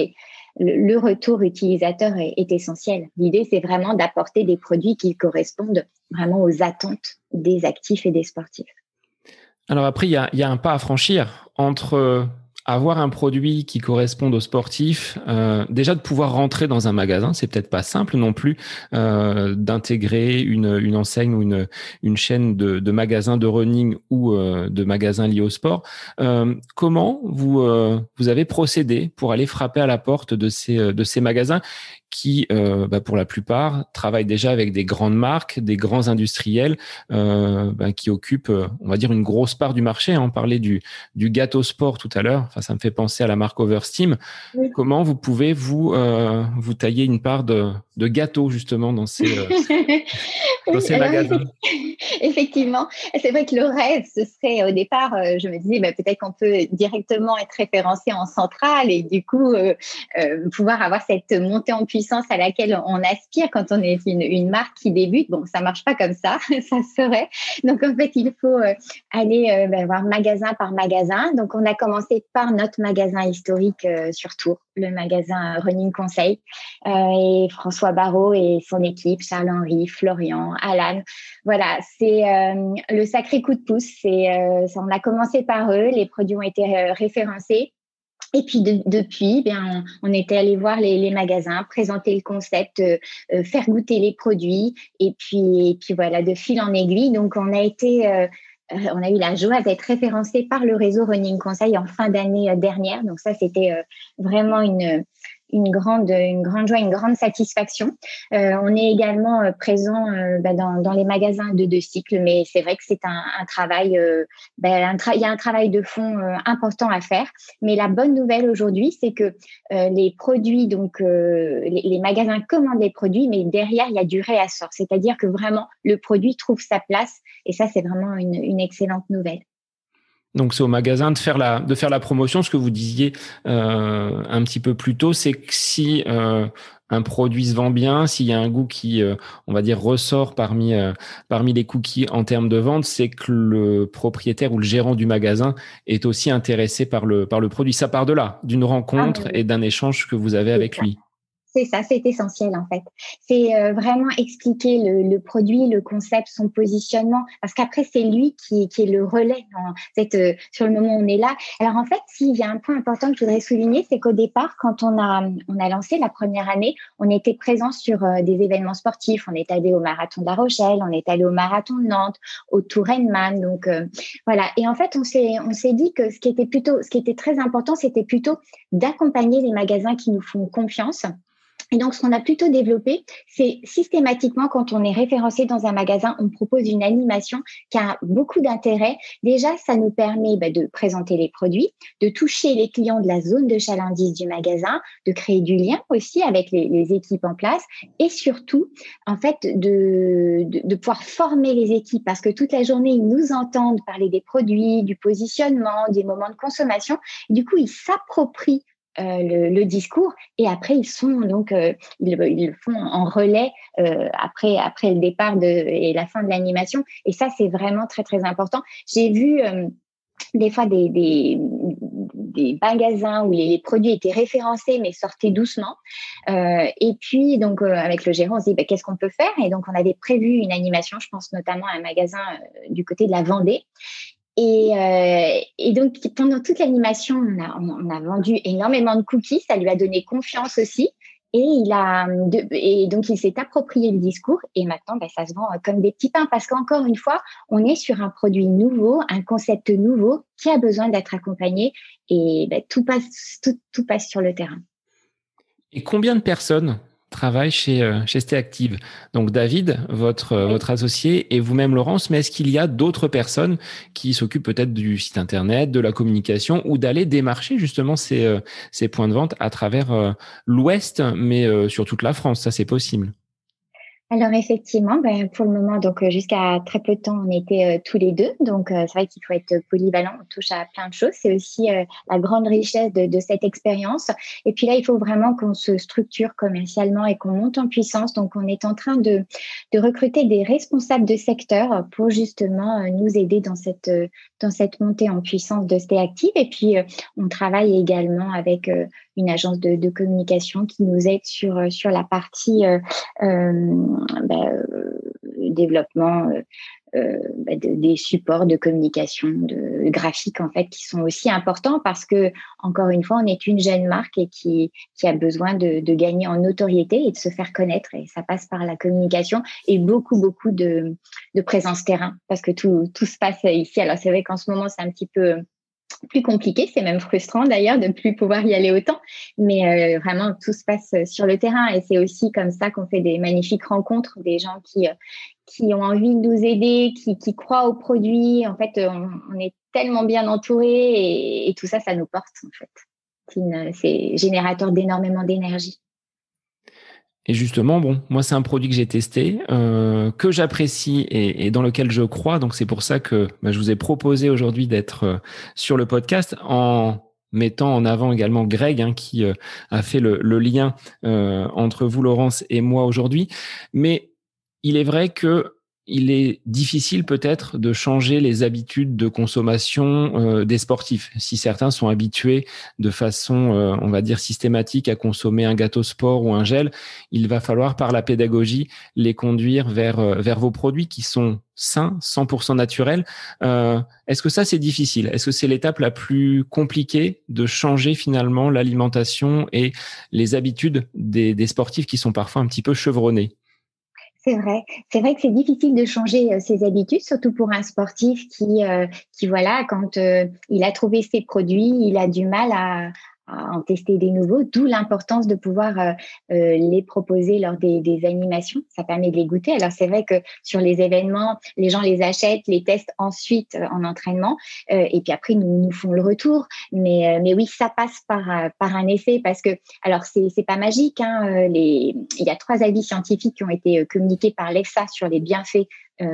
B: le retour utilisateur est essentiel. L'idée, c'est vraiment d'apporter des produits qui correspondent vraiment aux attentes des actifs et des sportifs.
A: Alors après, il y a un pas à franchir entre avoir un produit qui corresponde aux sportifs, déjà de pouvoir rentrer dans un magasin, c'est peut-être pas simple non plus d'intégrer une enseigne ou une chaîne de magasins de running ou de magasins liés au sport. Comment vous avez procédé pour aller frapper à la porte de ces magasins qui, pour la plupart, travaillent déjà avec des grandes marques, des grands industriels qui occupent, on va dire, une grosse part du marché. On parlait du gâteau sport tout à l'heure. Enfin, ça me fait penser à la marque Oversteam.
B: Oui.
A: Comment vous pouvez vous tailler une part de gâteau justement dans
B: Oui,
A: ces
B: alors
A: magasins?
B: effectivement, c'est vrai que le rêve, ce serait au départ, je me disais peut-être qu'on peut directement être référencé en centrale et du coup pouvoir avoir cette montée en puissance à laquelle on aspire quand on est une marque qui débute. Bon, ça marche pas comme ça, ça se ferait. Donc en fait, il faut aller voir magasin par magasin. Donc on a commencé par notre magasin historique sur Tours, le magasin Running Conseil. Et François Barrault et son équipe, Charles-Henri, Florian, Alan. Voilà, c'est le sacré coup de pouce. On a commencé par eux, les produits ont été référencés. Et puis depuis, on était allé voir les magasins, présenter le concept, faire goûter les produits, et puis voilà, de fil en aiguille. Donc on a eu la joie d'être référencé par le réseau Running Conseil en fin d'année dernière. Donc ça, c'était vraiment une grande joie, une grande satisfaction. On est également présent dans les magasins de Deux Cycles, mais c'est vrai que c'est un travail, il y a un travail de fond important à faire. Mais la bonne nouvelle aujourd'hui, c'est que les produits, donc les magasins commandent les produits, mais derrière, il y a du réassort. C'est-à-dire que vraiment, le produit trouve sa place. Et ça, c'est vraiment une excellente nouvelle.
A: Donc, c'est au magasin de faire la promotion. Ce que vous disiez un petit peu plus tôt, c'est que si un produit se vend bien, s'il y a un goût qui, on va dire, ressort parmi les cookies en termes de vente, c'est que le propriétaire ou le gérant du magasin est aussi intéressé par le produit. Ça part de là, d'une
B: Ah,
A: rencontre et d'un échange que vous avez
B: c'est
A: avec
B: ça.
A: lui.
B: C'est ça, c'est essentiel en fait. C'est vraiment expliquer le produit, le concept, son positionnement, parce qu'après c'est lui qui est le relais sur le moment où on est là. Alors en fait, s'il y a un point important que je voudrais souligner, c'est qu'au départ, quand on a lancé la première année, on était présent sur des événements sportifs. On est allé au marathon de La Rochelle, on est allé au marathon de Nantes, au Tour Henman. Donc voilà. Et en fait, on s'est dit que ce qui était très important, c'était plutôt d'accompagner les magasins qui nous font confiance. Et donc, ce qu'on a plutôt développé, c'est systématiquement, quand on est référencé dans un magasin, on propose une animation qui a beaucoup d'intérêt. Déjà, ça nous permet de présenter les produits, de toucher les clients de la zone de chalandise du magasin, de créer du lien aussi avec les équipes en place et surtout, en fait, de pouvoir former les équipes parce que toute la journée, ils nous entendent parler des produits, du positionnement, des moments de consommation. Du coup, ils s'approprient le discours et après ils le font en relais après le départ et la fin de l'animation et ça c'est vraiment très très important. J'ai vu des fois des magasins où les produits étaient référencés mais sortaient doucement et puis donc avec le gérant on se dit qu'est-ce qu'on peut faire et donc on avait prévu une animation, je pense notamment à un magasin du côté de la Vendée. Et donc, pendant toute l'animation, on a vendu énormément de cookies. Ça lui a donné confiance aussi. Et donc, il s'est approprié le discours. Et maintenant, ça se vend comme des petits pains. Parce qu'encore une fois, on est sur un produit nouveau, un concept nouveau qui a besoin d'être accompagné. Et tout passe sur le terrain.
A: Et combien de personnes travaillent chez Stay Active? Donc David, votre associé, et vous-même Laurence, mais est-ce qu'il y a d'autres personnes qui s'occupent peut-être du site internet, de la communication ou d'aller démarcher justement ces points de vente à travers l'Ouest, mais sur toute la France? Ça, c'est possible.
B: Alors effectivement, pour le moment, donc jusqu'à très peu de temps, on était tous les deux. Donc c'est vrai qu'il faut être polyvalent, on touche à plein de choses. C'est aussi la grande richesse de cette expérience. Et puis là, il faut vraiment qu'on se structure commercialement et qu'on monte en puissance. Donc on est en train de recruter des responsables de secteur pour justement nous aider dans cette montée en puissance de Stay Active. Et puis on travaille également avec une agence de communication qui nous aide sur la partie développement des supports de communication, graphiques en fait qui sont aussi importants parce que encore une fois, on est une jeune marque et qui a besoin de gagner en notoriété et de se faire connaître et ça passe par la communication et beaucoup de présence terrain parce que tout se passe ici. Alors c'est vrai qu'en ce moment c'est un petit peu plus compliqué, c'est même frustrant d'ailleurs de ne plus pouvoir y aller autant, mais vraiment tout se passe sur le terrain et c'est aussi comme ça qu'on fait des magnifiques rencontres, des gens qui ont envie de nous aider, qui croient aux produits. En fait, on est tellement bien entourés et tout ça, ça nous porte en fait. C'est générateur d'énormément d'énergie.
A: Et justement, bon, moi c'est un produit que j'ai testé, que j'apprécie et dans lequel je crois. Donc c'est pour ça que je vous ai proposé aujourd'hui d'être sur le podcast en mettant en avant également Greg, qui a fait le lien entre vous, Laurence, et moi aujourd'hui. Mais il est vrai que il est difficile peut-être de changer les habitudes de consommation des sportifs. Si certains sont habitués de façon, on va dire, systématique à consommer un gâteau sport ou un gel, il va falloir par la pédagogie les conduire vers vos produits qui sont sains, 100% naturels. Est-ce que ça, c'est difficile? Est-ce que c'est l'étape la plus compliquée de changer finalement l'alimentation et les habitudes des sportifs qui sont parfois un petit peu chevronnés?
B: C'est vrai. C'est vrai que c'est difficile de changer ses habitudes, surtout pour un sportif qui voilà, quand il a trouvé ses produits, il a du mal à en tester des nouveaux, d'où l'importance de pouvoir les proposer lors des animations. Ça permet de les goûter. Alors, c'est vrai que sur les événements, les gens les achètent, les testent ensuite en entraînement et puis après, nous font le retour. Mais oui, ça passe par un essai parce que, alors, c'est pas magique. Il y a 3 avis scientifiques qui ont été communiqués par l'EFSA sur les bienfaits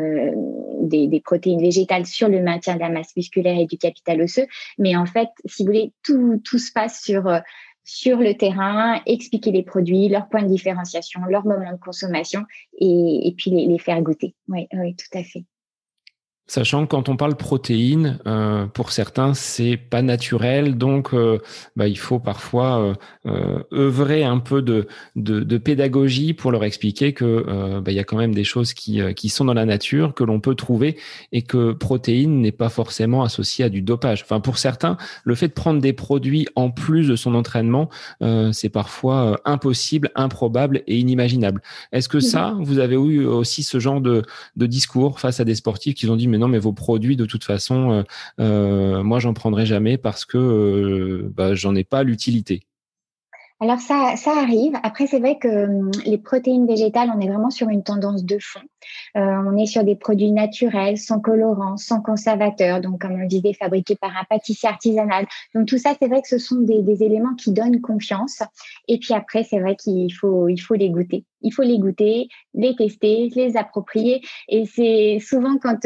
B: des protéines végétales sur le maintien de la masse musculaire et du capital osseux. Mais en fait, si vous voulez, tout se passe sur le terrain, expliquer les produits, leurs points de différenciation, leurs moments de consommation et puis les faire goûter. Oui, tout à fait.
A: Sachant que quand on parle protéines, pour certains, c'est pas naturel, donc il faut parfois œuvrer un peu de pédagogie pour leur expliquer que il y a quand même des choses qui sont dans la nature, que l'on peut trouver, et que protéines n'est pas forcément associé à du dopage. Enfin, pour certains, le fait de prendre des produits en plus de son entraînement, c'est parfois impossible, improbable et inimaginable. Est-ce que ça, vous avez eu aussi ce genre de discours face à des sportifs qui ont dit mais non, mais vos produits de toute façon moi j'en prendrai jamais parce que j'en ai pas l'utilité?
B: Alors ça arrive. Après, c'est vrai que les protéines végétales, on est vraiment sur une tendance de fond. On est sur des produits naturels, sans colorants, sans conservateurs, donc comme on le disait, fabriqués par un pâtissier artisanal. Donc tout ça, c'est vrai que ce sont des éléments qui donnent confiance. Et puis après, c'est vrai qu'il faut les goûter. Il faut les goûter, les tester, les approprier. Et c'est souvent quand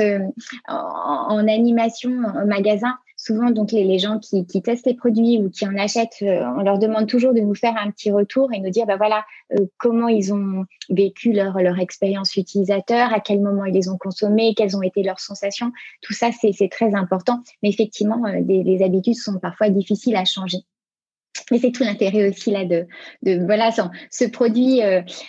B: en animation, en magasin, souvent, donc, les gens qui testent les produits ou qui en achètent, on leur demande toujours de nous faire un petit retour et nous dire, voilà, comment ils ont vécu leur expérience utilisateur, à quel moment ils les ont consommés, quelles ont été leurs sensations. Tout ça, c'est très important. Mais effectivement, les habitudes sont parfois difficiles à changer. Mais c'est tout l'intérêt aussi là de voilà, ce produit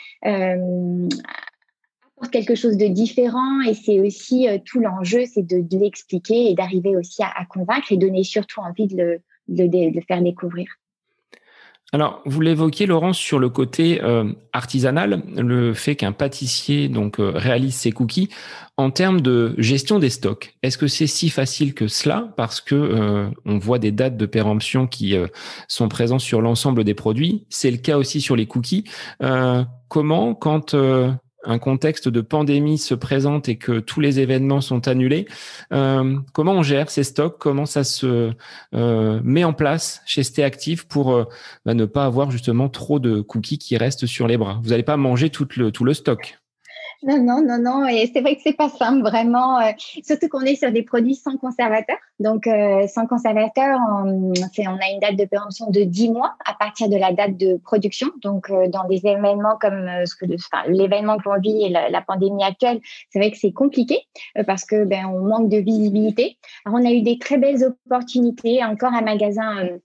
B: quelque chose de différent et c'est aussi tout l'enjeu, c'est de l'expliquer et d'arriver aussi à convaincre et donner surtout envie de le faire découvrir.
A: Alors, vous l'évoquiez, Laurence, sur le côté artisanal, le fait qu'un pâtissier réalise ses cookies. En termes de gestion des stocks, est-ce que c'est si facile que cela? Parce que on voit des dates de péremption qui sont présentes sur l'ensemble des produits. C'est le cas aussi sur les cookies. Comment, quand un contexte de pandémie se présente et que tous les événements sont annulés, comment on gère ces stocks? Comment ça se met en place chez StayActive pour ne pas avoir justement trop de cookies qui restent sur les bras? Vous n'allez pas manger tout le stock?
B: Non. Et c'est vrai que c'est pas simple, vraiment. Surtout qu'on est sur des produits sans conservateur. Donc, sans conservateur, on a une date de péremption de 10 mois à partir de la date de production. Donc, dans des événements comme l'événement qu'on vit et la pandémie actuelle, c'est vrai que c'est compliqué parce que on manque de visibilité. Alors, on a eu des très belles opportunités. Encore un magasin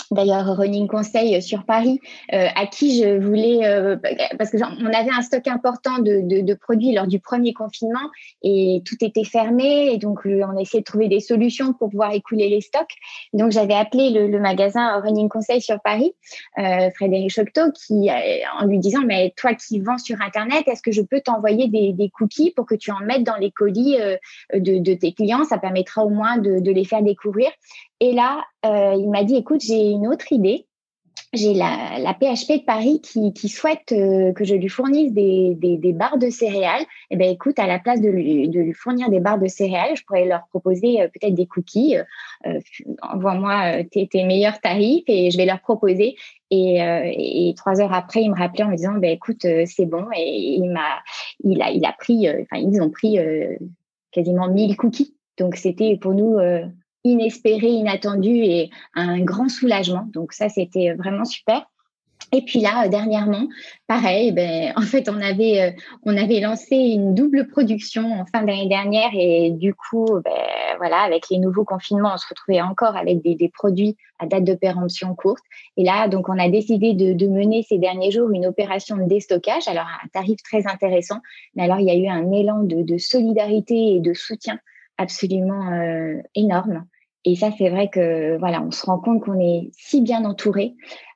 B: d'ailleurs Running Conseil sur Paris, à qui je voulais, parce que on avait un stock important de produits lors du premier confinement et tout était fermé, et donc on essayait de trouver des solutions pour pouvoir écouler les stocks. Donc j'avais appelé le magasin Running Conseil sur Paris, Frédéric Chocteau, en lui disant, mais toi qui vends sur Internet, est-ce que je peux t'envoyer des cookies pour que tu en mettes dans les colis de tes clients? Ça permettra au moins de les faire découvrir. Et là, il m'a dit, écoute, j'ai une autre idée. J'ai la PHP de Paris qui souhaite que je lui fournisse des barres de céréales. Eh ben, écoute, à la place de lui fournir des barres de céréales, je pourrais leur proposer peut-être des cookies. Envoie-moi tes meilleurs tarifs et je vais leur proposer. Et 3 heures après, il me rappelait en me disant, ben écoute, c'est bon. Et il a pris, ils ont pris quasiment 1000 cookies. Donc c'était pour nous inespéré, inattendu et un grand soulagement. Donc ça, c'était vraiment super. Et puis là, dernièrement, pareil, en fait, on avait lancé une double production en fin d'année dernière, et du coup, voilà, avec les nouveaux confinements, on se retrouvait encore avec des produits à date de péremption courte. Et là, donc, on a décidé de mener ces derniers jours une opération de déstockage, alors à un tarif très intéressant. Mais alors, il y a eu un élan de solidarité et de soutien absolument énorme. Et ça, c'est vrai que voilà, on se rend compte qu'on est si bien entouré,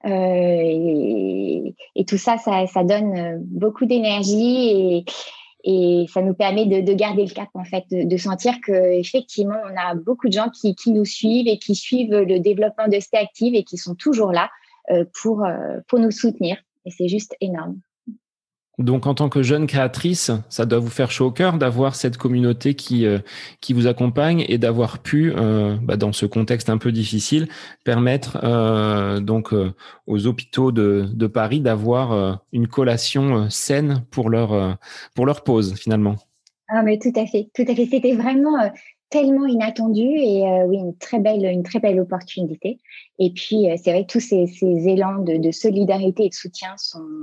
B: et tout ça, ça donne beaucoup d'énergie, et ça nous permet de garder le cap, en fait, de sentir que effectivement, on a beaucoup de gens qui nous suivent et qui suivent le développement de Stay Active et qui sont toujours là pour nous soutenir. Et c'est juste énorme.
A: Donc, en tant que jeune créatrice, ça doit vous faire chaud au cœur d'avoir cette communauté qui vous accompagne et d'avoir pu, dans ce contexte un peu difficile, permettre aux hôpitaux de Paris d'avoir une collation saine pour leur pause, finalement.
B: Ah, mais tout à fait, tout à fait. C'était vraiment tellement inattendu, et oui, une très belle opportunité. Et puis, c'est vrai que tous ces élans de solidarité et de soutien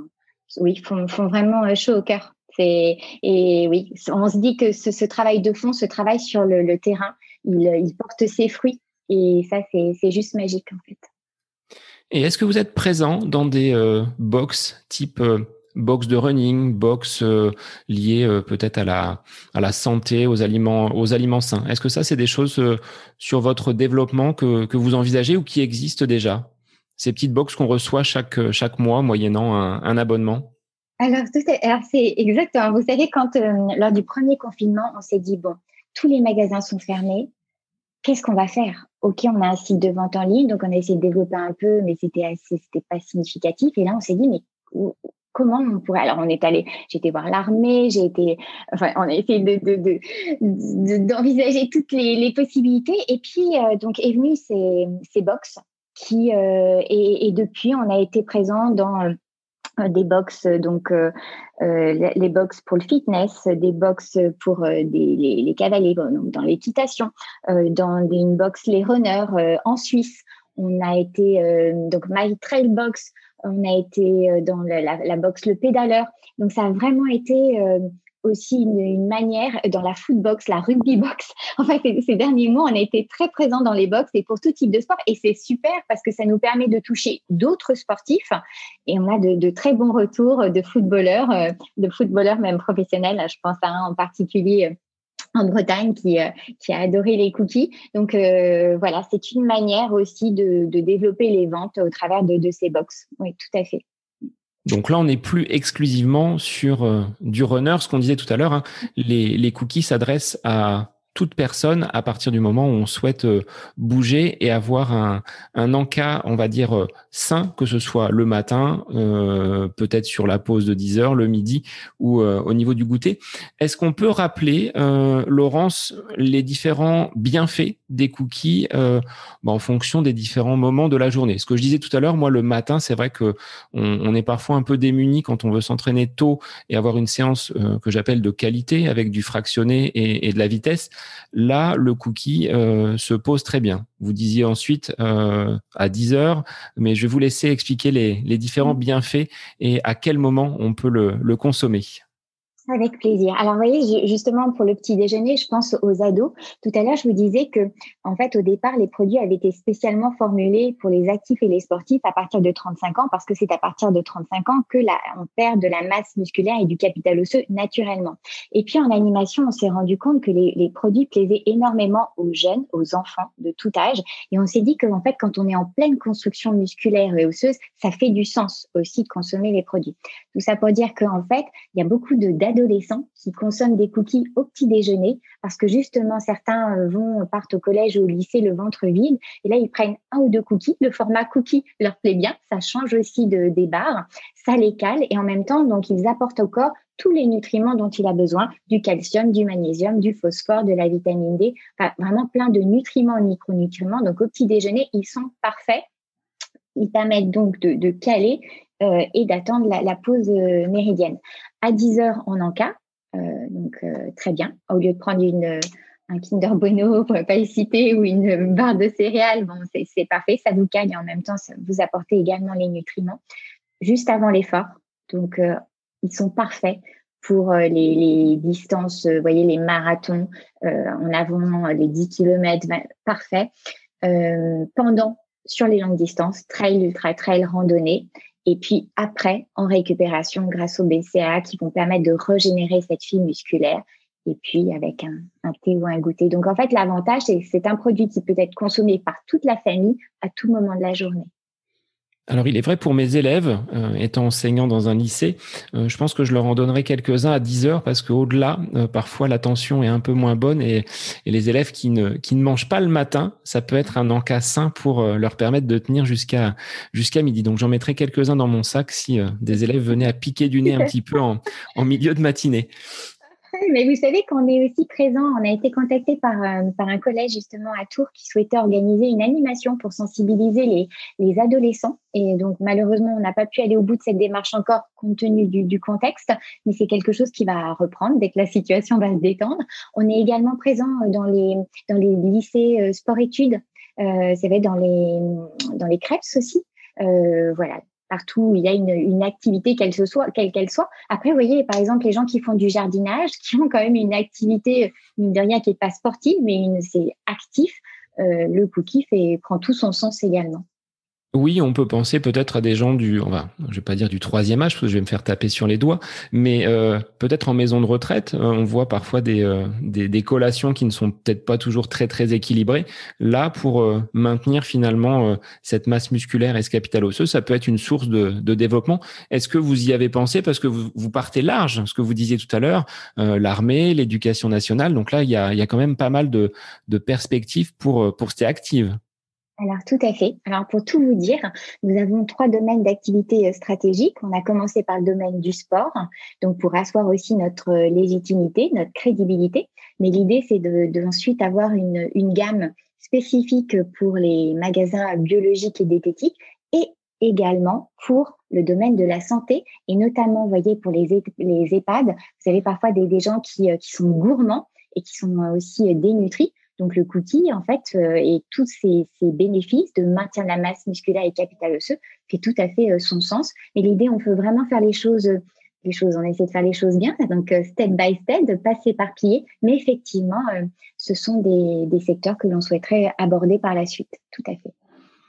B: font vraiment chaud au cœur. Et oui, on se dit que ce travail de fond, ce travail sur le terrain, il porte ses fruits. Et ça, c'est juste magique, en fait.
A: Et est-ce que vous êtes présent dans des box type box de running, box liées peut-être à la santé, aux aliments sains? Est-ce que ça, c'est des choses sur votre développement que vous envisagez ou qui existent déjà? Ces petites box qu'on reçoit chaque mois moyennant un abonnement?
B: Alors, c'est exactement. Vous savez, quand lors du premier confinement, on s'est dit, bon, tous les magasins sont fermés. Qu'est-ce qu'on va faire? Ok, on a un site de vente en ligne, donc on a essayé de développer un peu, mais c'était pas significatif. Et là, on s'est dit, mais comment on pourrait? Alors, j'ai été voir l'armée, on a essayé d'envisager toutes les possibilités. Et puis, donc, est venue ces box et depuis, on a été présent dans des box, donc les box pour le fitness, des box pour les cavaliers, donc dans l'équitation, dans une box les runners en Suisse. On a été donc My Trail Box, on a été dans la box le pédaleur. Donc ça a vraiment été aussi une manière, dans la footbox, la rugby box. En fait, ces derniers mois, on a été très présents dans les box et pour tout type de sport. Et c'est super parce que ça nous permet de toucher d'autres sportifs. Et on a de très bons retours de footballeurs même professionnels. Je pense à un en particulier en Bretagne qui a adoré les cookies. Donc voilà, c'est une manière aussi de développer les ventes au travers de ces box. Oui, tout à fait.
A: Donc là, on n'est plus exclusivement sur du runner. Ce qu'on disait tout à l'heure, hein, les cookies s'adressent à toute personne à partir du moment où on souhaite bouger et avoir un encas, on va dire, sain, que ce soit le matin, peut-être sur la pause de 10 heures, le midi ou au niveau du goûter. Est-ce qu'on peut rappeler, Laurence, les différents bienfaits des cookies en fonction des différents moments de la journée? Ce que je disais tout à l'heure, moi, le matin, c'est vrai que on est parfois un peu démuni quand on veut s'entraîner tôt et avoir une séance que j'appelle de qualité avec du fractionné et de la vitesse. Là, le cookie se pose très bien. Vous disiez ensuite à 10 heures, mais je vais vous laisser expliquer les différents bienfaits et à quel moment on peut le consommer.
B: Avec plaisir. Alors, vous voyez, justement, pour le petit déjeuner, je pense aux ados. Tout à l'heure, je vous disais que, en fait, au départ, les produits avaient été spécialement formulés pour les actifs et les sportifs à partir de 35 ans, parce que c'est à partir de 35 ans que on perd de la masse musculaire et du capital osseux naturellement. Et puis, en animation, on s'est rendu compte que les produits plaisaient énormément aux jeunes, aux enfants de tout âge. Et on s'est dit que, en fait, quand on est en pleine construction musculaire et osseuse, ça fait du sens aussi de consommer les produits. Tout ça pour dire qu'en fait, il y a beaucoup d'adolescents qui consomment des cookies au petit déjeuner parce que justement, certains partent au collège ou au lycée le ventre vide et là, ils prennent un ou deux cookies. Le format cookie leur plaît bien. Ça change aussi des barres. Ça les cale et en même temps, donc, ils apportent au corps tous les nutriments dont il a besoin, du calcium, du magnésium, du phosphore, de la vitamine D, enfin, vraiment plein de nutriments, micronutriments. Donc, au petit déjeuner, ils sont parfaits. Ils permettent donc de caler et d'attendre la pause méridienne. À 10 heures, on en cas, très bien. Au lieu de prendre un Kinder Bueno, pour ne pas le citer, ou une barre de céréales, bon, c'est parfait, ça vous cale et en même temps, ça vous apportez également les nutriments. Juste avant l'effort, donc ils sont parfaits pour les distances, vous voyez, les marathons en avant, les 10 km, parfait. Pendant, sur les longues distances, trail, ultra trail, randonnée. Et puis après, en récupération, grâce au BCAA qui vont permettre de régénérer cette fibre musculaire. Et puis avec un thé ou un goûter. Donc en fait, l'avantage, c'est que c'est un produit qui peut être consommé par toute la famille à tout moment de la journée.
A: Alors, il est vrai pour mes élèves, étant enseignant dans un lycée, je pense que je leur en donnerai quelques-uns à 10 heures parce qu'au-delà, parfois l'attention est un peu moins bonne et les élèves qui ne mangent pas le matin, ça peut être un encas sain pour leur permettre de tenir jusqu'à midi. Donc, j'en mettrai quelques-uns dans mon sac si des élèves venaient à piquer du nez un petit peu en milieu de matinée.
B: Mais vous savez qu'on est aussi présent, on a été contacté par un collège justement à Tours qui souhaitait organiser une animation pour sensibiliser les adolescents. Et donc malheureusement, on n'a pas pu aller au bout de cette démarche encore compte tenu du contexte, mais c'est quelque chose qui va reprendre dès que la situation va se détendre. On est également présent dans les lycées sport-études, c'est vrai dans les crêpes aussi. Voilà, partout où il y a une activité, quelle qu'elle soit. Après, vous voyez, par exemple, les gens qui font du jardinage, qui ont quand même une activité, mine de rien, qui n'est pas sportive, mais c'est actif, le cookie prend tout son sens également.
A: Oui, on peut penser peut-être à des gens je vais pas dire du troisième âge, parce que je vais me faire taper sur les doigts, mais peut-être en maison de retraite, on voit parfois des collations qui ne sont peut-être pas toujours très très équilibrées. Là, pour maintenir finalement cette masse musculaire et ce capital osseux, ça peut être une source de développement. Est-ce que vous y avez pensé? Parce que vous partez large, ce que vous disiez tout à l'heure, l'armée, l'éducation nationale. Donc là, il y a quand même pas mal de perspectives pour rester active.
B: Alors, tout à fait. Alors, pour tout vous dire, nous avons 3 domaines d'activité stratégiques. On a commencé par le domaine du sport, donc pour asseoir aussi notre légitimité, notre crédibilité. Mais l'idée, c'est de ensuite avoir une gamme spécifique pour les magasins biologiques et diététiques et également pour le domaine de la santé et notamment, vous voyez, pour les EHPAD, vous avez parfois des gens qui sont gourmands et qui sont aussi dénutris. Donc, le cookie, en fait, et tous ces bénéfices de maintien de la masse musculaire et capital osseux fait tout à fait son sens. Mais l'idée, on peut vraiment faire on essaie de faire les choses bien, donc step by step, de pas s'éparpiller. Mais effectivement, ce sont des secteurs que l'on souhaiterait aborder par la suite. Tout à fait.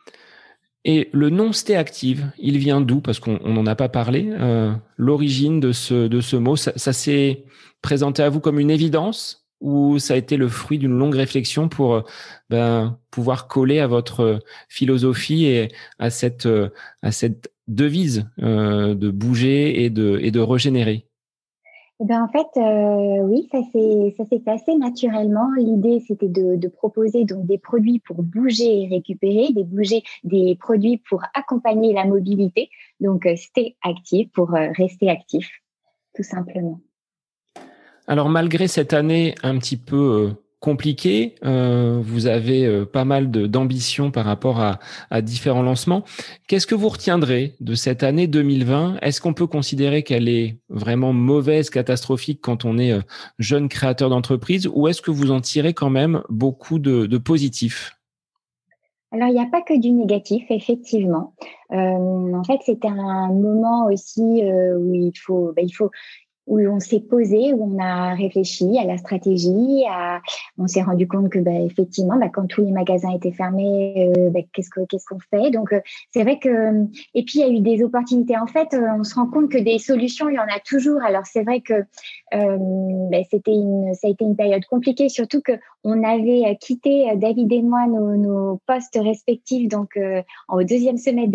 A: Et le nom Stay Active, il vient d'où? Parce qu'on n'en a pas parlé. L'origine de ce mot, ça s'est présenté à vous comme une évidence ou ça a été le fruit d'une longue réflexion pour pouvoir coller à votre philosophie et à cette devise de bouger et de régénérer?
B: Eh ben, en fait, oui, ça s'est fait assez naturellement. L'idée, c'était de proposer donc des produits pour bouger et récupérer, des produits pour accompagner la mobilité. Donc, stay active pour rester actif, tout simplement.
A: Alors malgré cette année un petit peu compliquée, vous avez pas mal d'ambition par rapport à différents lancements. Qu'est-ce que vous retiendrez de cette année 2020? Est-ce qu'on peut considérer qu'elle est vraiment mauvaise, catastrophique quand on est jeune créateur d'entreprise, ou est-ce que vous en tirez quand même beaucoup de positifs?
B: Alors, il n'y a pas que du négatif, effectivement. En fait, c'était un moment aussi où il faut où on s'est posé, où on a réfléchi à la stratégie, on s'est rendu compte que effectivement, quand tous les magasins étaient fermés, qu'est-ce qu'on fait? Donc c'est vrai que et puis il y a eu des opportunités. En fait, on se rend compte que des solutions, il y en a toujours. Alors c'est vrai que ça a été une période compliquée, surtout que on avait quitté David et moi nos postes respectifs donc au deuxième semestre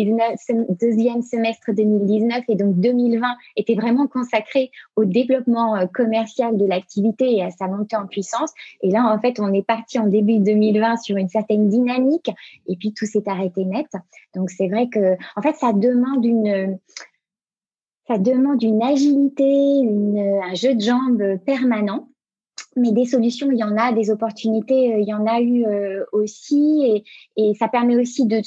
B: 2019 et donc 2020 était vraiment consacré au développement commercial de l'activité et à sa montée en puissance. Et là, en fait, on est parti en début 2020 sur une certaine dynamique et puis tout s'est arrêté net. Donc, c'est vrai que, en fait, ça demande une agilité, un jeu de jambes permanent. Mais des solutions, il y en a, des opportunités, il y en a eu aussi, et ça permet aussi de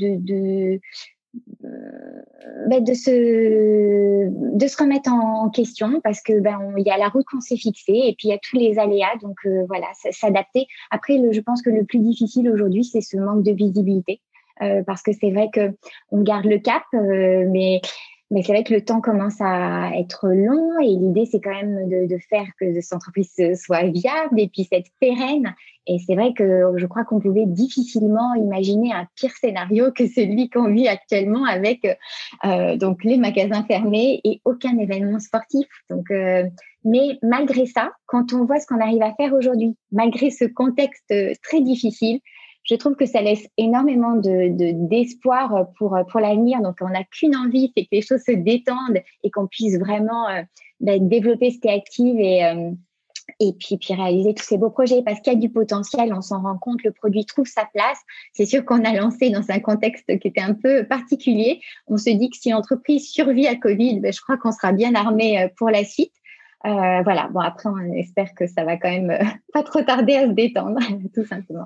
B: se remettre en question parce que il y a la route qu'on s'est fixée et puis il y a tous les aléas, donc voilà, s'adapter. Après, je pense que le plus difficile aujourd'hui, c'est ce manque de visibilité, parce que c'est vrai que on garde le cap, mais c'est vrai que le temps commence à être long et l'idée, c'est quand même de faire que cette entreprise soit viable et puis être pérenne. Et c'est vrai que je crois qu'on pouvait difficilement imaginer un pire scénario que celui qu'on vit actuellement avec donc les magasins fermés et aucun événement sportif. Donc, mais malgré ça, quand on voit ce qu'on arrive à faire aujourd'hui, malgré ce contexte très difficile, je trouve que ça laisse énormément d'espoir pour l'avenir. Donc, on n'a qu'une envie, c'est que les choses se détendent et qu'on puisse vraiment développer Stay Active et puis réaliser tous ces beaux projets parce qu'il y a du potentiel, on s'en rend compte, le produit trouve sa place. C'est sûr qu'on a lancé dans un contexte qui était un peu particulier. On se dit que si l'entreprise survit à Covid, je crois qu'on sera bien armé pour la suite. Voilà, bon après on espère que ça va quand même pas trop tarder à se détendre, tout simplement.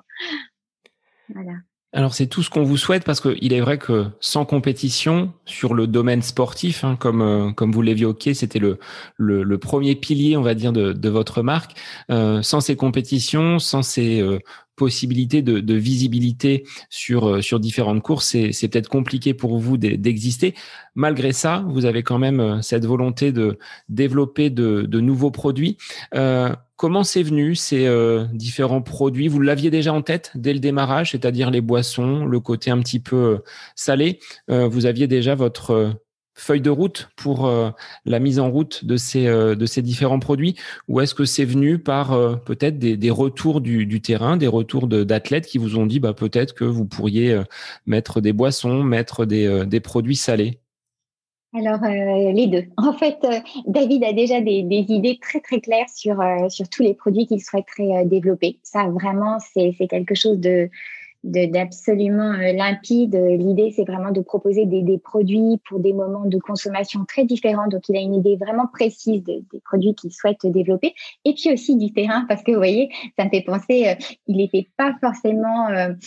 B: Voilà.
A: Alors c'est tout ce qu'on vous souhaite parce qu'il est vrai que sans compétition sur le domaine sportif, comme vous l'évoquiez, c'était le premier pilier, on va dire, de votre marque. Sans ces compétitions, sans ces possibilités de visibilité sur différentes courses, c'est peut-être compliqué pour vous d'exister. Malgré ça, vous avez quand même cette volonté de développer de nouveaux produits. Comment c'est venu ces différents produits? Vous l'aviez déjà en tête dès le démarrage, c'est-à-dire les boissons, le côté un petit peu salé. Vous aviez déjà votre feuille de route pour la mise en route de ces différents produits, ou est-ce que c'est venu par peut-être des retours du terrain, des retours d'athlètes qui vous ont dit peut-être que vous pourriez mettre des boissons, mettre des produits salés?
B: Alors, les deux. En fait, David a déjà des idées très, très claires sur tous les produits qu'il souhaiterait développer. Ça, vraiment, c'est quelque chose d'absolument limpide. L'idée, c'est vraiment de proposer des produits pour des moments de consommation très différents. Donc, il a une idée vraiment précise des produits qu'il souhaite développer. Et puis aussi du terrain, parce que vous voyez, ça me fait penser, il n'avait pas forcément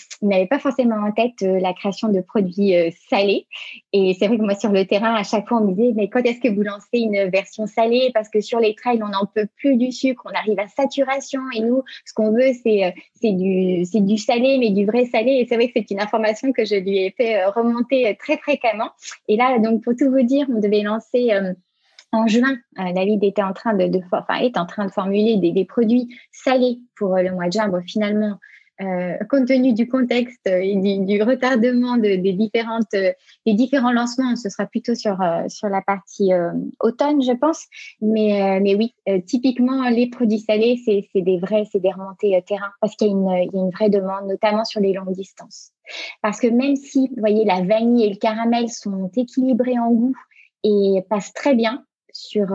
B: en tête la création de produits salés. Et c'est vrai que moi, sur le terrain, à chaque fois, on me disait, mais quand est-ce que vous lancez une version salée? Parce que sur les trails, on n'en peut plus du sucre, on arrive à saturation. Et nous, ce qu'on veut, c'est du salé, mais du vrai salé. Et c'est vrai que c'est une information que je lui ai fait remonter très fréquemment. Et là, donc, pour tout vous dire, on devait lancer en juin. David était en train est en train de formuler des produits salés pour le mois de juin. Bon, finalement, compte tenu du contexte et du retardement des différents lancements, ce sera plutôt sur la partie automne, je pense. Mais oui, typiquement les produits salés, c'est des remontées terrain parce qu'il y a une vraie demande, notamment sur les longues distances. Parce que même si, vous voyez, la vanille et le caramel sont équilibrés en goût et passent très bien sur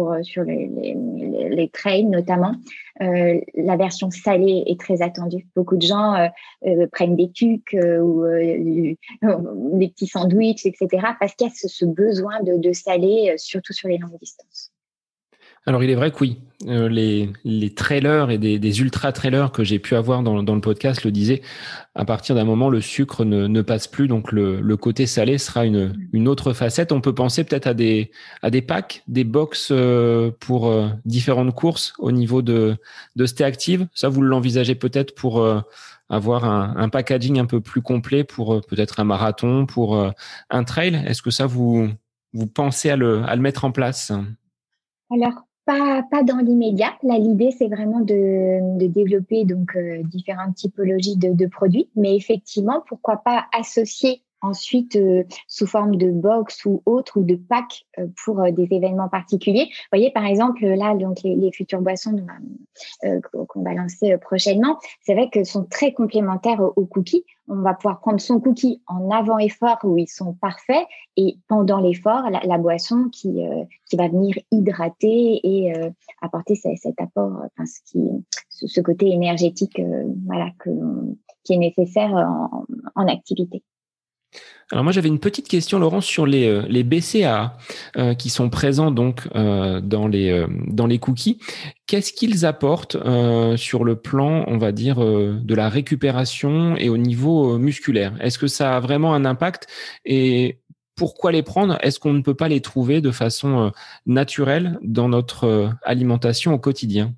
B: les trails notamment, la version salée est très attendue. Beaucoup de gens prennent des tucs ou des petits sandwichs, etc. parce qu'il y a ce besoin de salé, surtout sur les longues distances.
A: Alors, il est vrai que oui, les trailers et des ultra-trailers que j'ai pu avoir dans le podcast le disaient, à partir d'un moment, le sucre ne passe plus, donc le côté salé sera une autre facette. On peut penser peut-être à des packs, des box pour différentes courses au niveau de Stay Active. Ça, vous l'envisagez peut-être pour avoir un packaging un peu plus complet pour peut-être un marathon, pour un trail. Est-ce que ça, vous pensez à le mettre en place ?
B: Alors, pas dans l'immédiat. Là, l'idée, c'est vraiment de développer donc différentes typologies de produits. Mais effectivement, pourquoi pas associer ensuite sous forme de box ou autre ou de pack pour des événements particuliers. Vous voyez, par exemple, là, donc les futures boissons qu'on va lancer prochainement, c'est vrai que sont très complémentaires aux cookies. On va pouvoir prendre son cookie en avant-effort où ils sont parfaits et pendant l'effort, la boisson qui va venir hydrater et apporter cet apport, enfin, ce côté énergétique voilà, qui est nécessaire en activité.
A: Alors moi j'avais une petite question Laurence sur les BCAA qui sont présents donc dans les cookies. Qu'est-ce qu'ils apportent sur le plan, on va dire, de la récupération et au niveau musculaire? Est-ce que ça a vraiment un impact et pourquoi les prendre? Est-ce qu'on ne peut pas les trouver de façon naturelle dans notre alimentation au quotidien?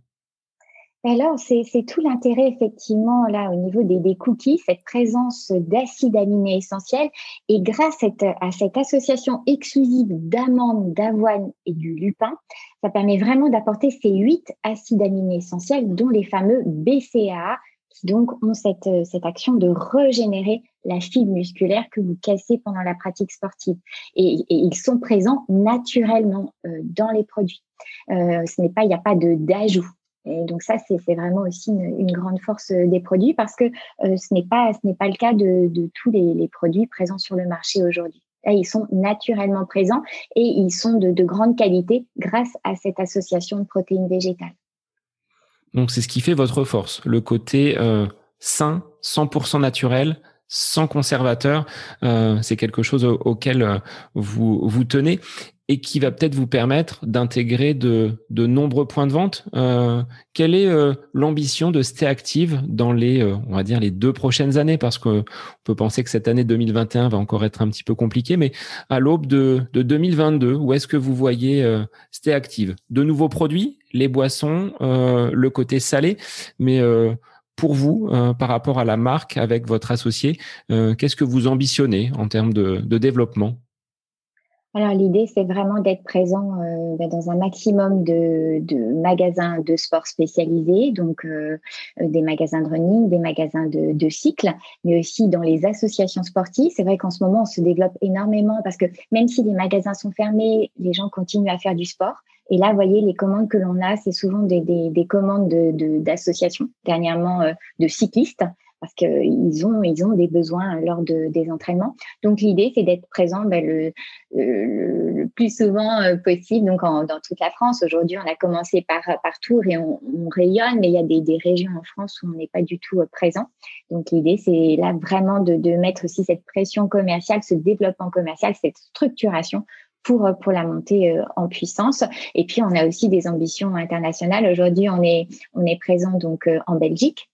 B: Alors, c'est tout l'intérêt, effectivement, là, au niveau des cookies, cette présence d'acides aminés essentiels. Et grâce à cette association exclusive d'amandes, d'avoine et du lupin, ça permet vraiment d'apporter ces 8 acides aminés essentiels, dont les fameux BCAA, qui donc ont cette action de régénérer la fibre musculaire que vous cassez pendant la pratique sportive. Et ils sont présents naturellement dans les produits. Il n'y a pas d'ajout. Et donc ça, c'est vraiment aussi une grande force des produits parce que ce n'est pas le cas de tous les produits présents sur le marché aujourd'hui. Là, ils sont naturellement présents et ils sont de grande qualité grâce à cette association de protéines végétales.
A: Donc c'est ce qui fait votre force, le côté sain, 100% naturel, sans conservateur. C'est quelque chose auquel vous tenez et qui va peut-être vous permettre d'intégrer de nombreux points de vente. Quelle est l'ambition de Stayactive dans on va dire, les 2 prochaines années? Parce qu'on peut penser que cette année 2021 va encore être un petit peu compliquée, mais à l'aube de 2022, où est-ce que vous voyez Stayactive? De nouveaux produits, les boissons, le côté salé, mais pour vous, par rapport à la marque avec votre associé, qu'est-ce que vous ambitionnez en termes de développement?
B: Alors, l'idée, c'est vraiment d'être présent dans un maximum de magasins de sport spécialisés, donc des magasins de running, des magasins de cycle, mais aussi dans les associations sportives. C'est vrai qu'en ce moment, on se développe énormément parce que même si les magasins sont fermés, les gens continuent à faire du sport. Et là, vous voyez, les commandes que l'on a, c'est souvent des commandes d'associations, dernièrement de cyclistes, parce qu'ils ont des besoins lors des entraînements. Donc, l'idée, c'est d'être présent le plus souvent possible, donc dans toute la France. Aujourd'hui, on a commencé par Tours et on rayonne, mais il y a des régions en France où on n'est pas du tout présent. Donc, l'idée, c'est là vraiment de mettre aussi cette pression commerciale, ce développement commercial, cette structuration pour la montée en puissance. Et puis, on a aussi des ambitions internationales. Aujourd'hui, on est présent donc en Belgique.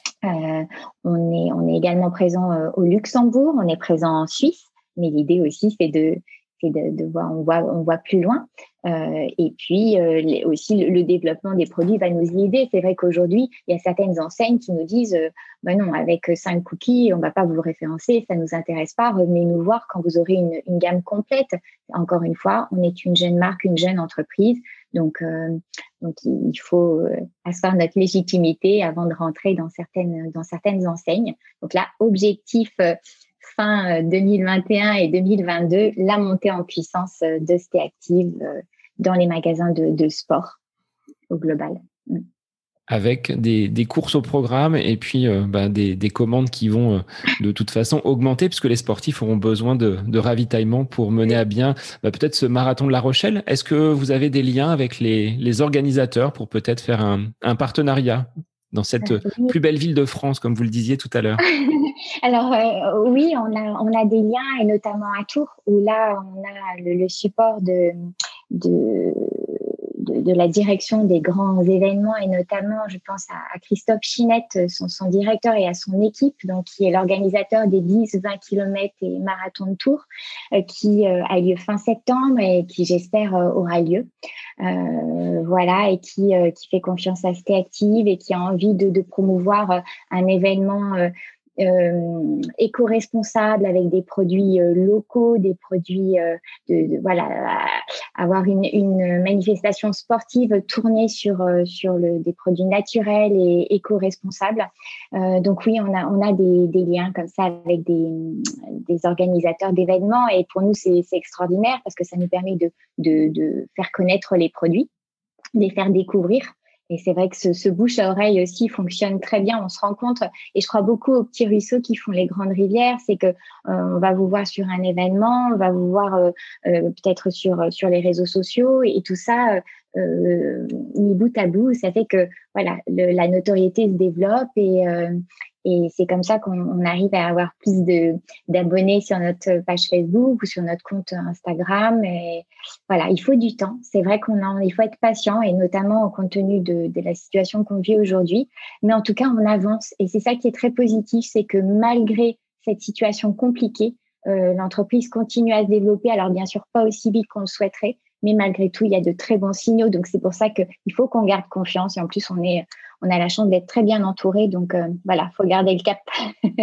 B: On est également présent au Luxembourg, on est présent en Suisse, mais l'idée aussi c'est de voir, on voit plus loin. Et puis aussi le développement des produits va nous y aider. C'est vrai qu'aujourd'hui, il y a certaines enseignes qui nous disent non, avec 5 cookies, on va pas vous référencer, ça nous intéresse pas, revenez nous voir quand vous aurez une gamme complète. Encore une fois, on est une jeune marque, une jeune entreprise. Donc il faut asseoir notre légitimité avant de rentrer dans certaines enseignes. Donc là, objectif fin 2021 et 2022, la montée en puissance de Stayactive dans les magasins de sport au global.
A: Avec des courses au programme et puis des commandes qui vont de toute façon augmenter puisque les sportifs auront besoin de ravitaillement pour mener à bien peut-être ce marathon de La Rochelle. Est-ce que vous avez des liens avec les organisateurs pour peut-être faire un partenariat dans cette
B: Oui.
A: plus belle ville de France, comme vous le disiez tout à l'heure?
B: Alors oui, on a des liens et notamment à Tours où là on a le support de, de la direction des grands événements et notamment je pense à Christophe Chinette, son directeur et à son équipe, donc qui est l'organisateur des 10-20 km et marathon de Tours qui a lieu fin septembre et qui j'espère aura lieu. Voilà, et qui fait confiance à Stayactive et qui a envie de promouvoir un événement éco-responsables avec des produits locaux, des produits voilà, avoir une manifestation sportive tournée sur des produits naturels et éco-responsables. Donc oui, on a des liens comme ça avec des organisateurs d'événements, et pour nous c'est extraordinaire parce que ça nous permet de faire connaître les produits, de les faire découvrir. Et c'est vrai que ce bouche à oreille aussi fonctionne très bien. On se rencontre, et je crois beaucoup aux petits ruisseaux qui font les grandes rivières. C'est que on va vous voir sur un événement, on va vous voir peut-être sur les réseaux sociaux, et tout ça mis bout à bout, ça fait que voilà, la notoriété se développe, et c'est comme ça qu'on arrive à avoir plus d'abonnés sur notre page Facebook ou sur notre compte Instagram. Et voilà, il faut du temps. C'est vrai il faut être patient, et notamment compte tenu de la situation qu'on vit aujourd'hui. Mais en tout cas, on avance, et c'est ça qui est très positif, c'est que malgré cette situation compliquée, l'entreprise continue à se développer. Alors bien sûr, pas aussi vite qu'on le souhaiterait, mais malgré tout, il y a de très bons signaux. Donc c'est pour ça qu'il faut qu'on garde confiance. Et en plus, on a la chance d'être très bien entouré. Donc voilà, faut garder le cap.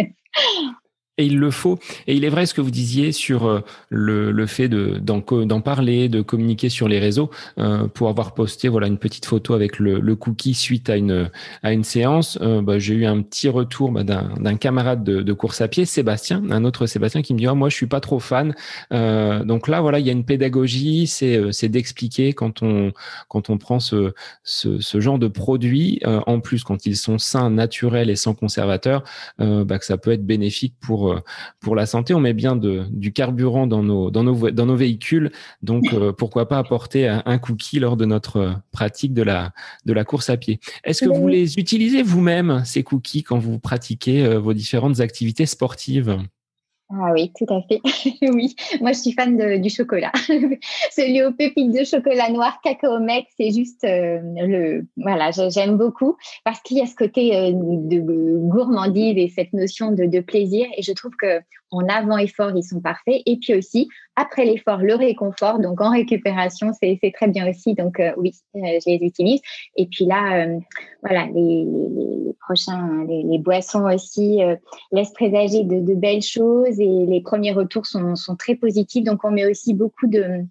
A: Et il le faut. Et il est vrai ce que vous disiez sur le fait d'en parler, de communiquer sur les réseaux, pour avoir posté voilà une petite photo avec le cookie suite à une séance. J'ai eu un petit retour d'un camarade de course à pied, Sébastien, un autre Sébastien, qui me dit moi je suis pas trop fan. Donc là voilà, il y a une pédagogie, c'est d'expliquer quand on prend ce genre de produits, en plus quand ils sont sains, naturels et sans conservateurs, que ça peut être bénéfique pour la santé. On met bien du carburant dans nos véhicules, donc pourquoi pas apporter un cookie lors de notre pratique de la course à pied. Est-ce que vous les utilisez vous-même, ces cookies, quand vous pratiquez vos différentes activités sportives?
B: Ah oui, tout à fait. Oui, moi je suis fan du chocolat. Celui aux pépites de chocolat noir, cacao mec, c'est juste voilà, j'aime beaucoup parce qu'il y a ce côté de gourmandise et cette notion de plaisir. Et je trouve que en avant-effort, ils sont parfaits. Et puis aussi, après l'effort, le réconfort. Donc en récupération, c'est très bien aussi. Donc oui, je les utilise. Et puis là, voilà, les prochains, les boissons aussi laissent présager de belles choses, et les premiers retours sont très positifs. Donc, on met aussi beaucoup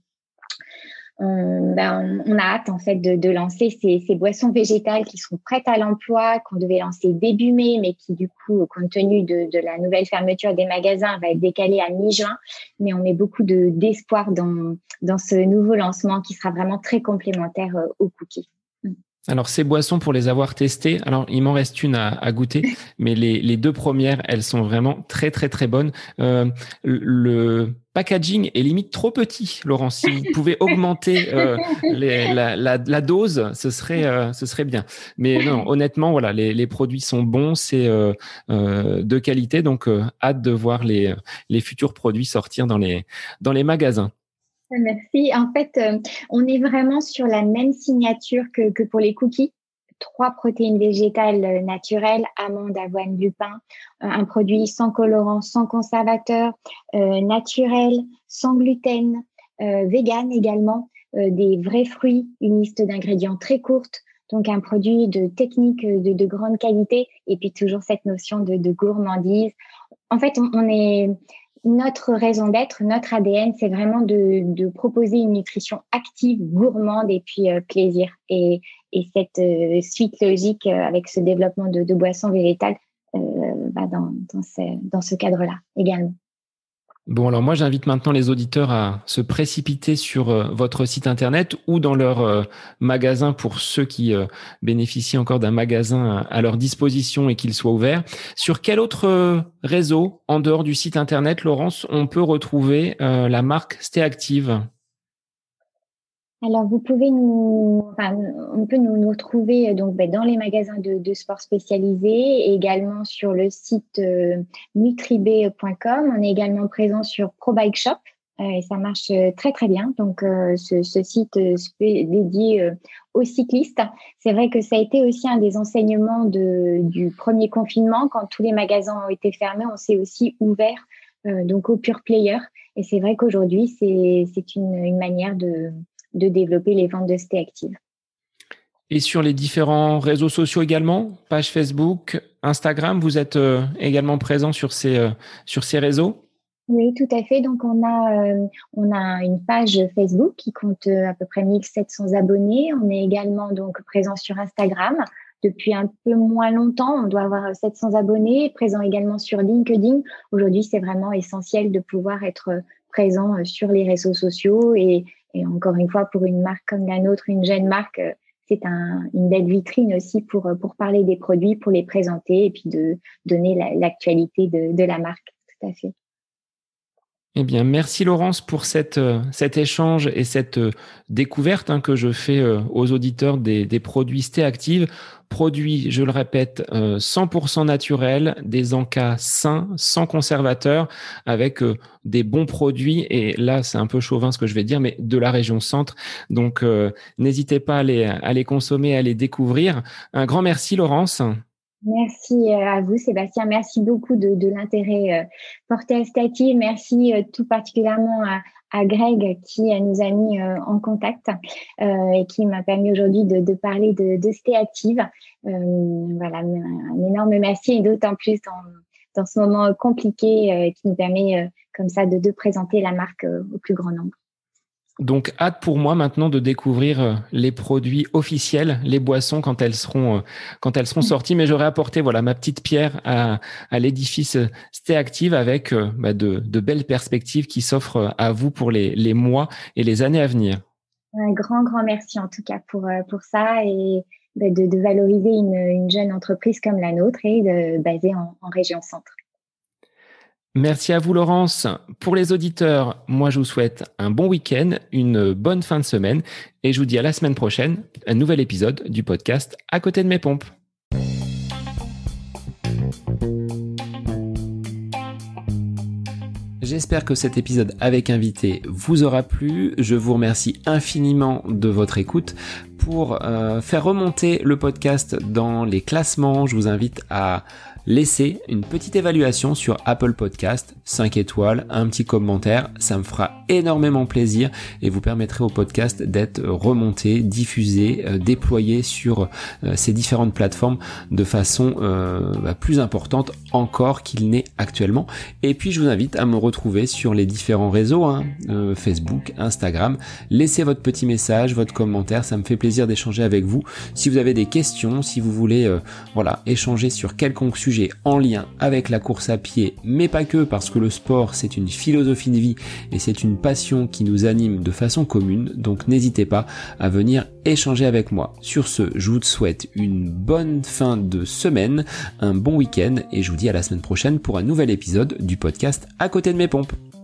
B: on a hâte en fait de lancer ces boissons végétales qui sont prêtes à l'emploi, qu'on devait lancer début mai, mais qui du coup, compte tenu de la nouvelle fermeture des magasins, va être décalée à mi-juin. Mais on met beaucoup d'espoir dans ce nouveau lancement qui sera vraiment très complémentaire aux cookies.
A: Alors, ces boissons, pour les avoir testées, alors il m'en reste une à goûter, mais les deux premières, elles sont vraiment très, très, très bonnes. Le packaging est limite trop petit, Laurent. Si vous pouvez augmenter la dose, ce serait bien. Mais non, honnêtement, voilà, les produits sont bons, c'est de qualité, donc hâte de voir les futurs produits sortir dans les magasins.
B: Merci. En fait, on est vraiment sur la même signature que pour les cookies. 3 protéines végétales naturelles, amandes, avoine, lupin, un produit sans colorant, sans conservateur, naturel, sans gluten, vegan également, des vrais fruits, une liste d'ingrédients très courte, donc un produit de technique de grande qualité, et puis toujours cette notion de gourmandise. En fait, on est notre raison d'être, notre ADN, c'est vraiment de proposer une nutrition active, gourmande, et puis plaisir. Et cette suite logique avec ce développement de boissons végétales dans ce cadre-là également.
A: Bon, alors moi, j'invite maintenant les auditeurs à se précipiter sur votre site internet ou dans leur magasin, pour ceux qui bénéficient encore d'un magasin à leur disposition et qu'il soit ouvert. Sur quel autre réseau, en dehors du site internet, Laurence, on peut retrouver la marque Stayactive?
B: Alors, on peut nous retrouver donc dans les magasins de sport spécialisés, et également sur le site nutribé.com. On est également présent sur Pro Bike Shop, et ça marche très très bien. Donc, ce site dédié aux cyclistes. C'est vrai que ça a été aussi un des enseignements du premier confinement. Quand tous les magasins ont été fermés, on s'est aussi ouvert donc aux pure players. Et c'est vrai qu'aujourd'hui, c'est une manière de développer les ventes de Stayactive.
A: Et sur les différents réseaux sociaux également, page Facebook, Instagram, vous êtes également présent sur ces réseaux?
B: Oui, tout à fait. Donc, on a une page Facebook qui compte à peu près 1700 abonnés. On est également donc présent sur Instagram depuis un peu moins longtemps. On doit avoir 700 abonnés, présent également sur LinkedIn. Aujourd'hui, c'est vraiment essentiel de pouvoir être présent sur les réseaux sociaux. Et encore une fois, pour une marque comme la nôtre, une jeune marque, c'est une belle vitrine aussi pour parler des produits, pour les présenter et puis de donner l'actualité de la marque. Tout à fait.
A: Eh bien, merci Laurence pour cet échange et cette découverte que je fais aux auditeurs des produits Stéactive. Produits, je le répète, 100% naturels, des encas sains, sans conservateurs, avec des bons produits. Et là, c'est un peu chauvin ce que je vais dire, mais de la région centre. Donc, n'hésitez pas à les consommer, à les découvrir. Un grand merci Laurence.
B: Merci à vous, Sébastien. Merci beaucoup de l'intérêt porté à Stéactive. Merci tout particulièrement à Greg qui nous a mis en contact et qui m'a permis aujourd'hui de parler de Stéactive. Voilà, un énorme merci et d'autant plus dans ce moment compliqué qui nous permet comme ça de présenter la marque au plus grand nombre.
A: Donc, hâte pour moi maintenant de découvrir les produits officiels, les boissons quand elles seront sorties. Mais j'aurais apporté ma petite pierre à l'édifice Stéactive avec de belles perspectives qui s'offrent à vous pour les mois et les années à venir.
B: Un grand merci en tout cas pour ça et de valoriser une jeune entreprise comme la nôtre et basée en région centre.
A: Merci à vous Laurence. Pour les auditeurs, moi je vous souhaite un bon week-end, une bonne fin de semaine et je vous dis à la semaine prochaine, un nouvel épisode du podcast À côté de mes pompes. J'espère que cet épisode avec invité vous aura plu. Je vous remercie infiniment de votre écoute. Pour faire remonter le podcast dans les classements, je vous invite à laisser une petite évaluation sur Apple Podcast, 5 étoiles, un petit commentaire, ça me fera énormément plaisir et vous permettrez au podcast d'être remonté, diffusé, déployé sur ces différentes plateformes de façon plus importante encore qu'il n'est actuellement. Et puis je vous invite à me retrouver sur les différents réseaux, Facebook, Instagram. Laissez votre petit message, votre commentaire, ça me fait plaisir d'échanger avec vous. Si vous avez des questions, si vous voulez échanger sur quelconque sujet en lien avec la course à pied, mais pas que, parce que le sport c'est une philosophie de vie et c'est une passion qui nous anime de façon commune, donc n'hésitez pas à venir échanger avec moi. Sur ce, je vous souhaite une bonne fin de semaine, un bon week-end et je vous dis à la semaine prochaine pour un nouvel épisode du podcast À côté de mes pompes.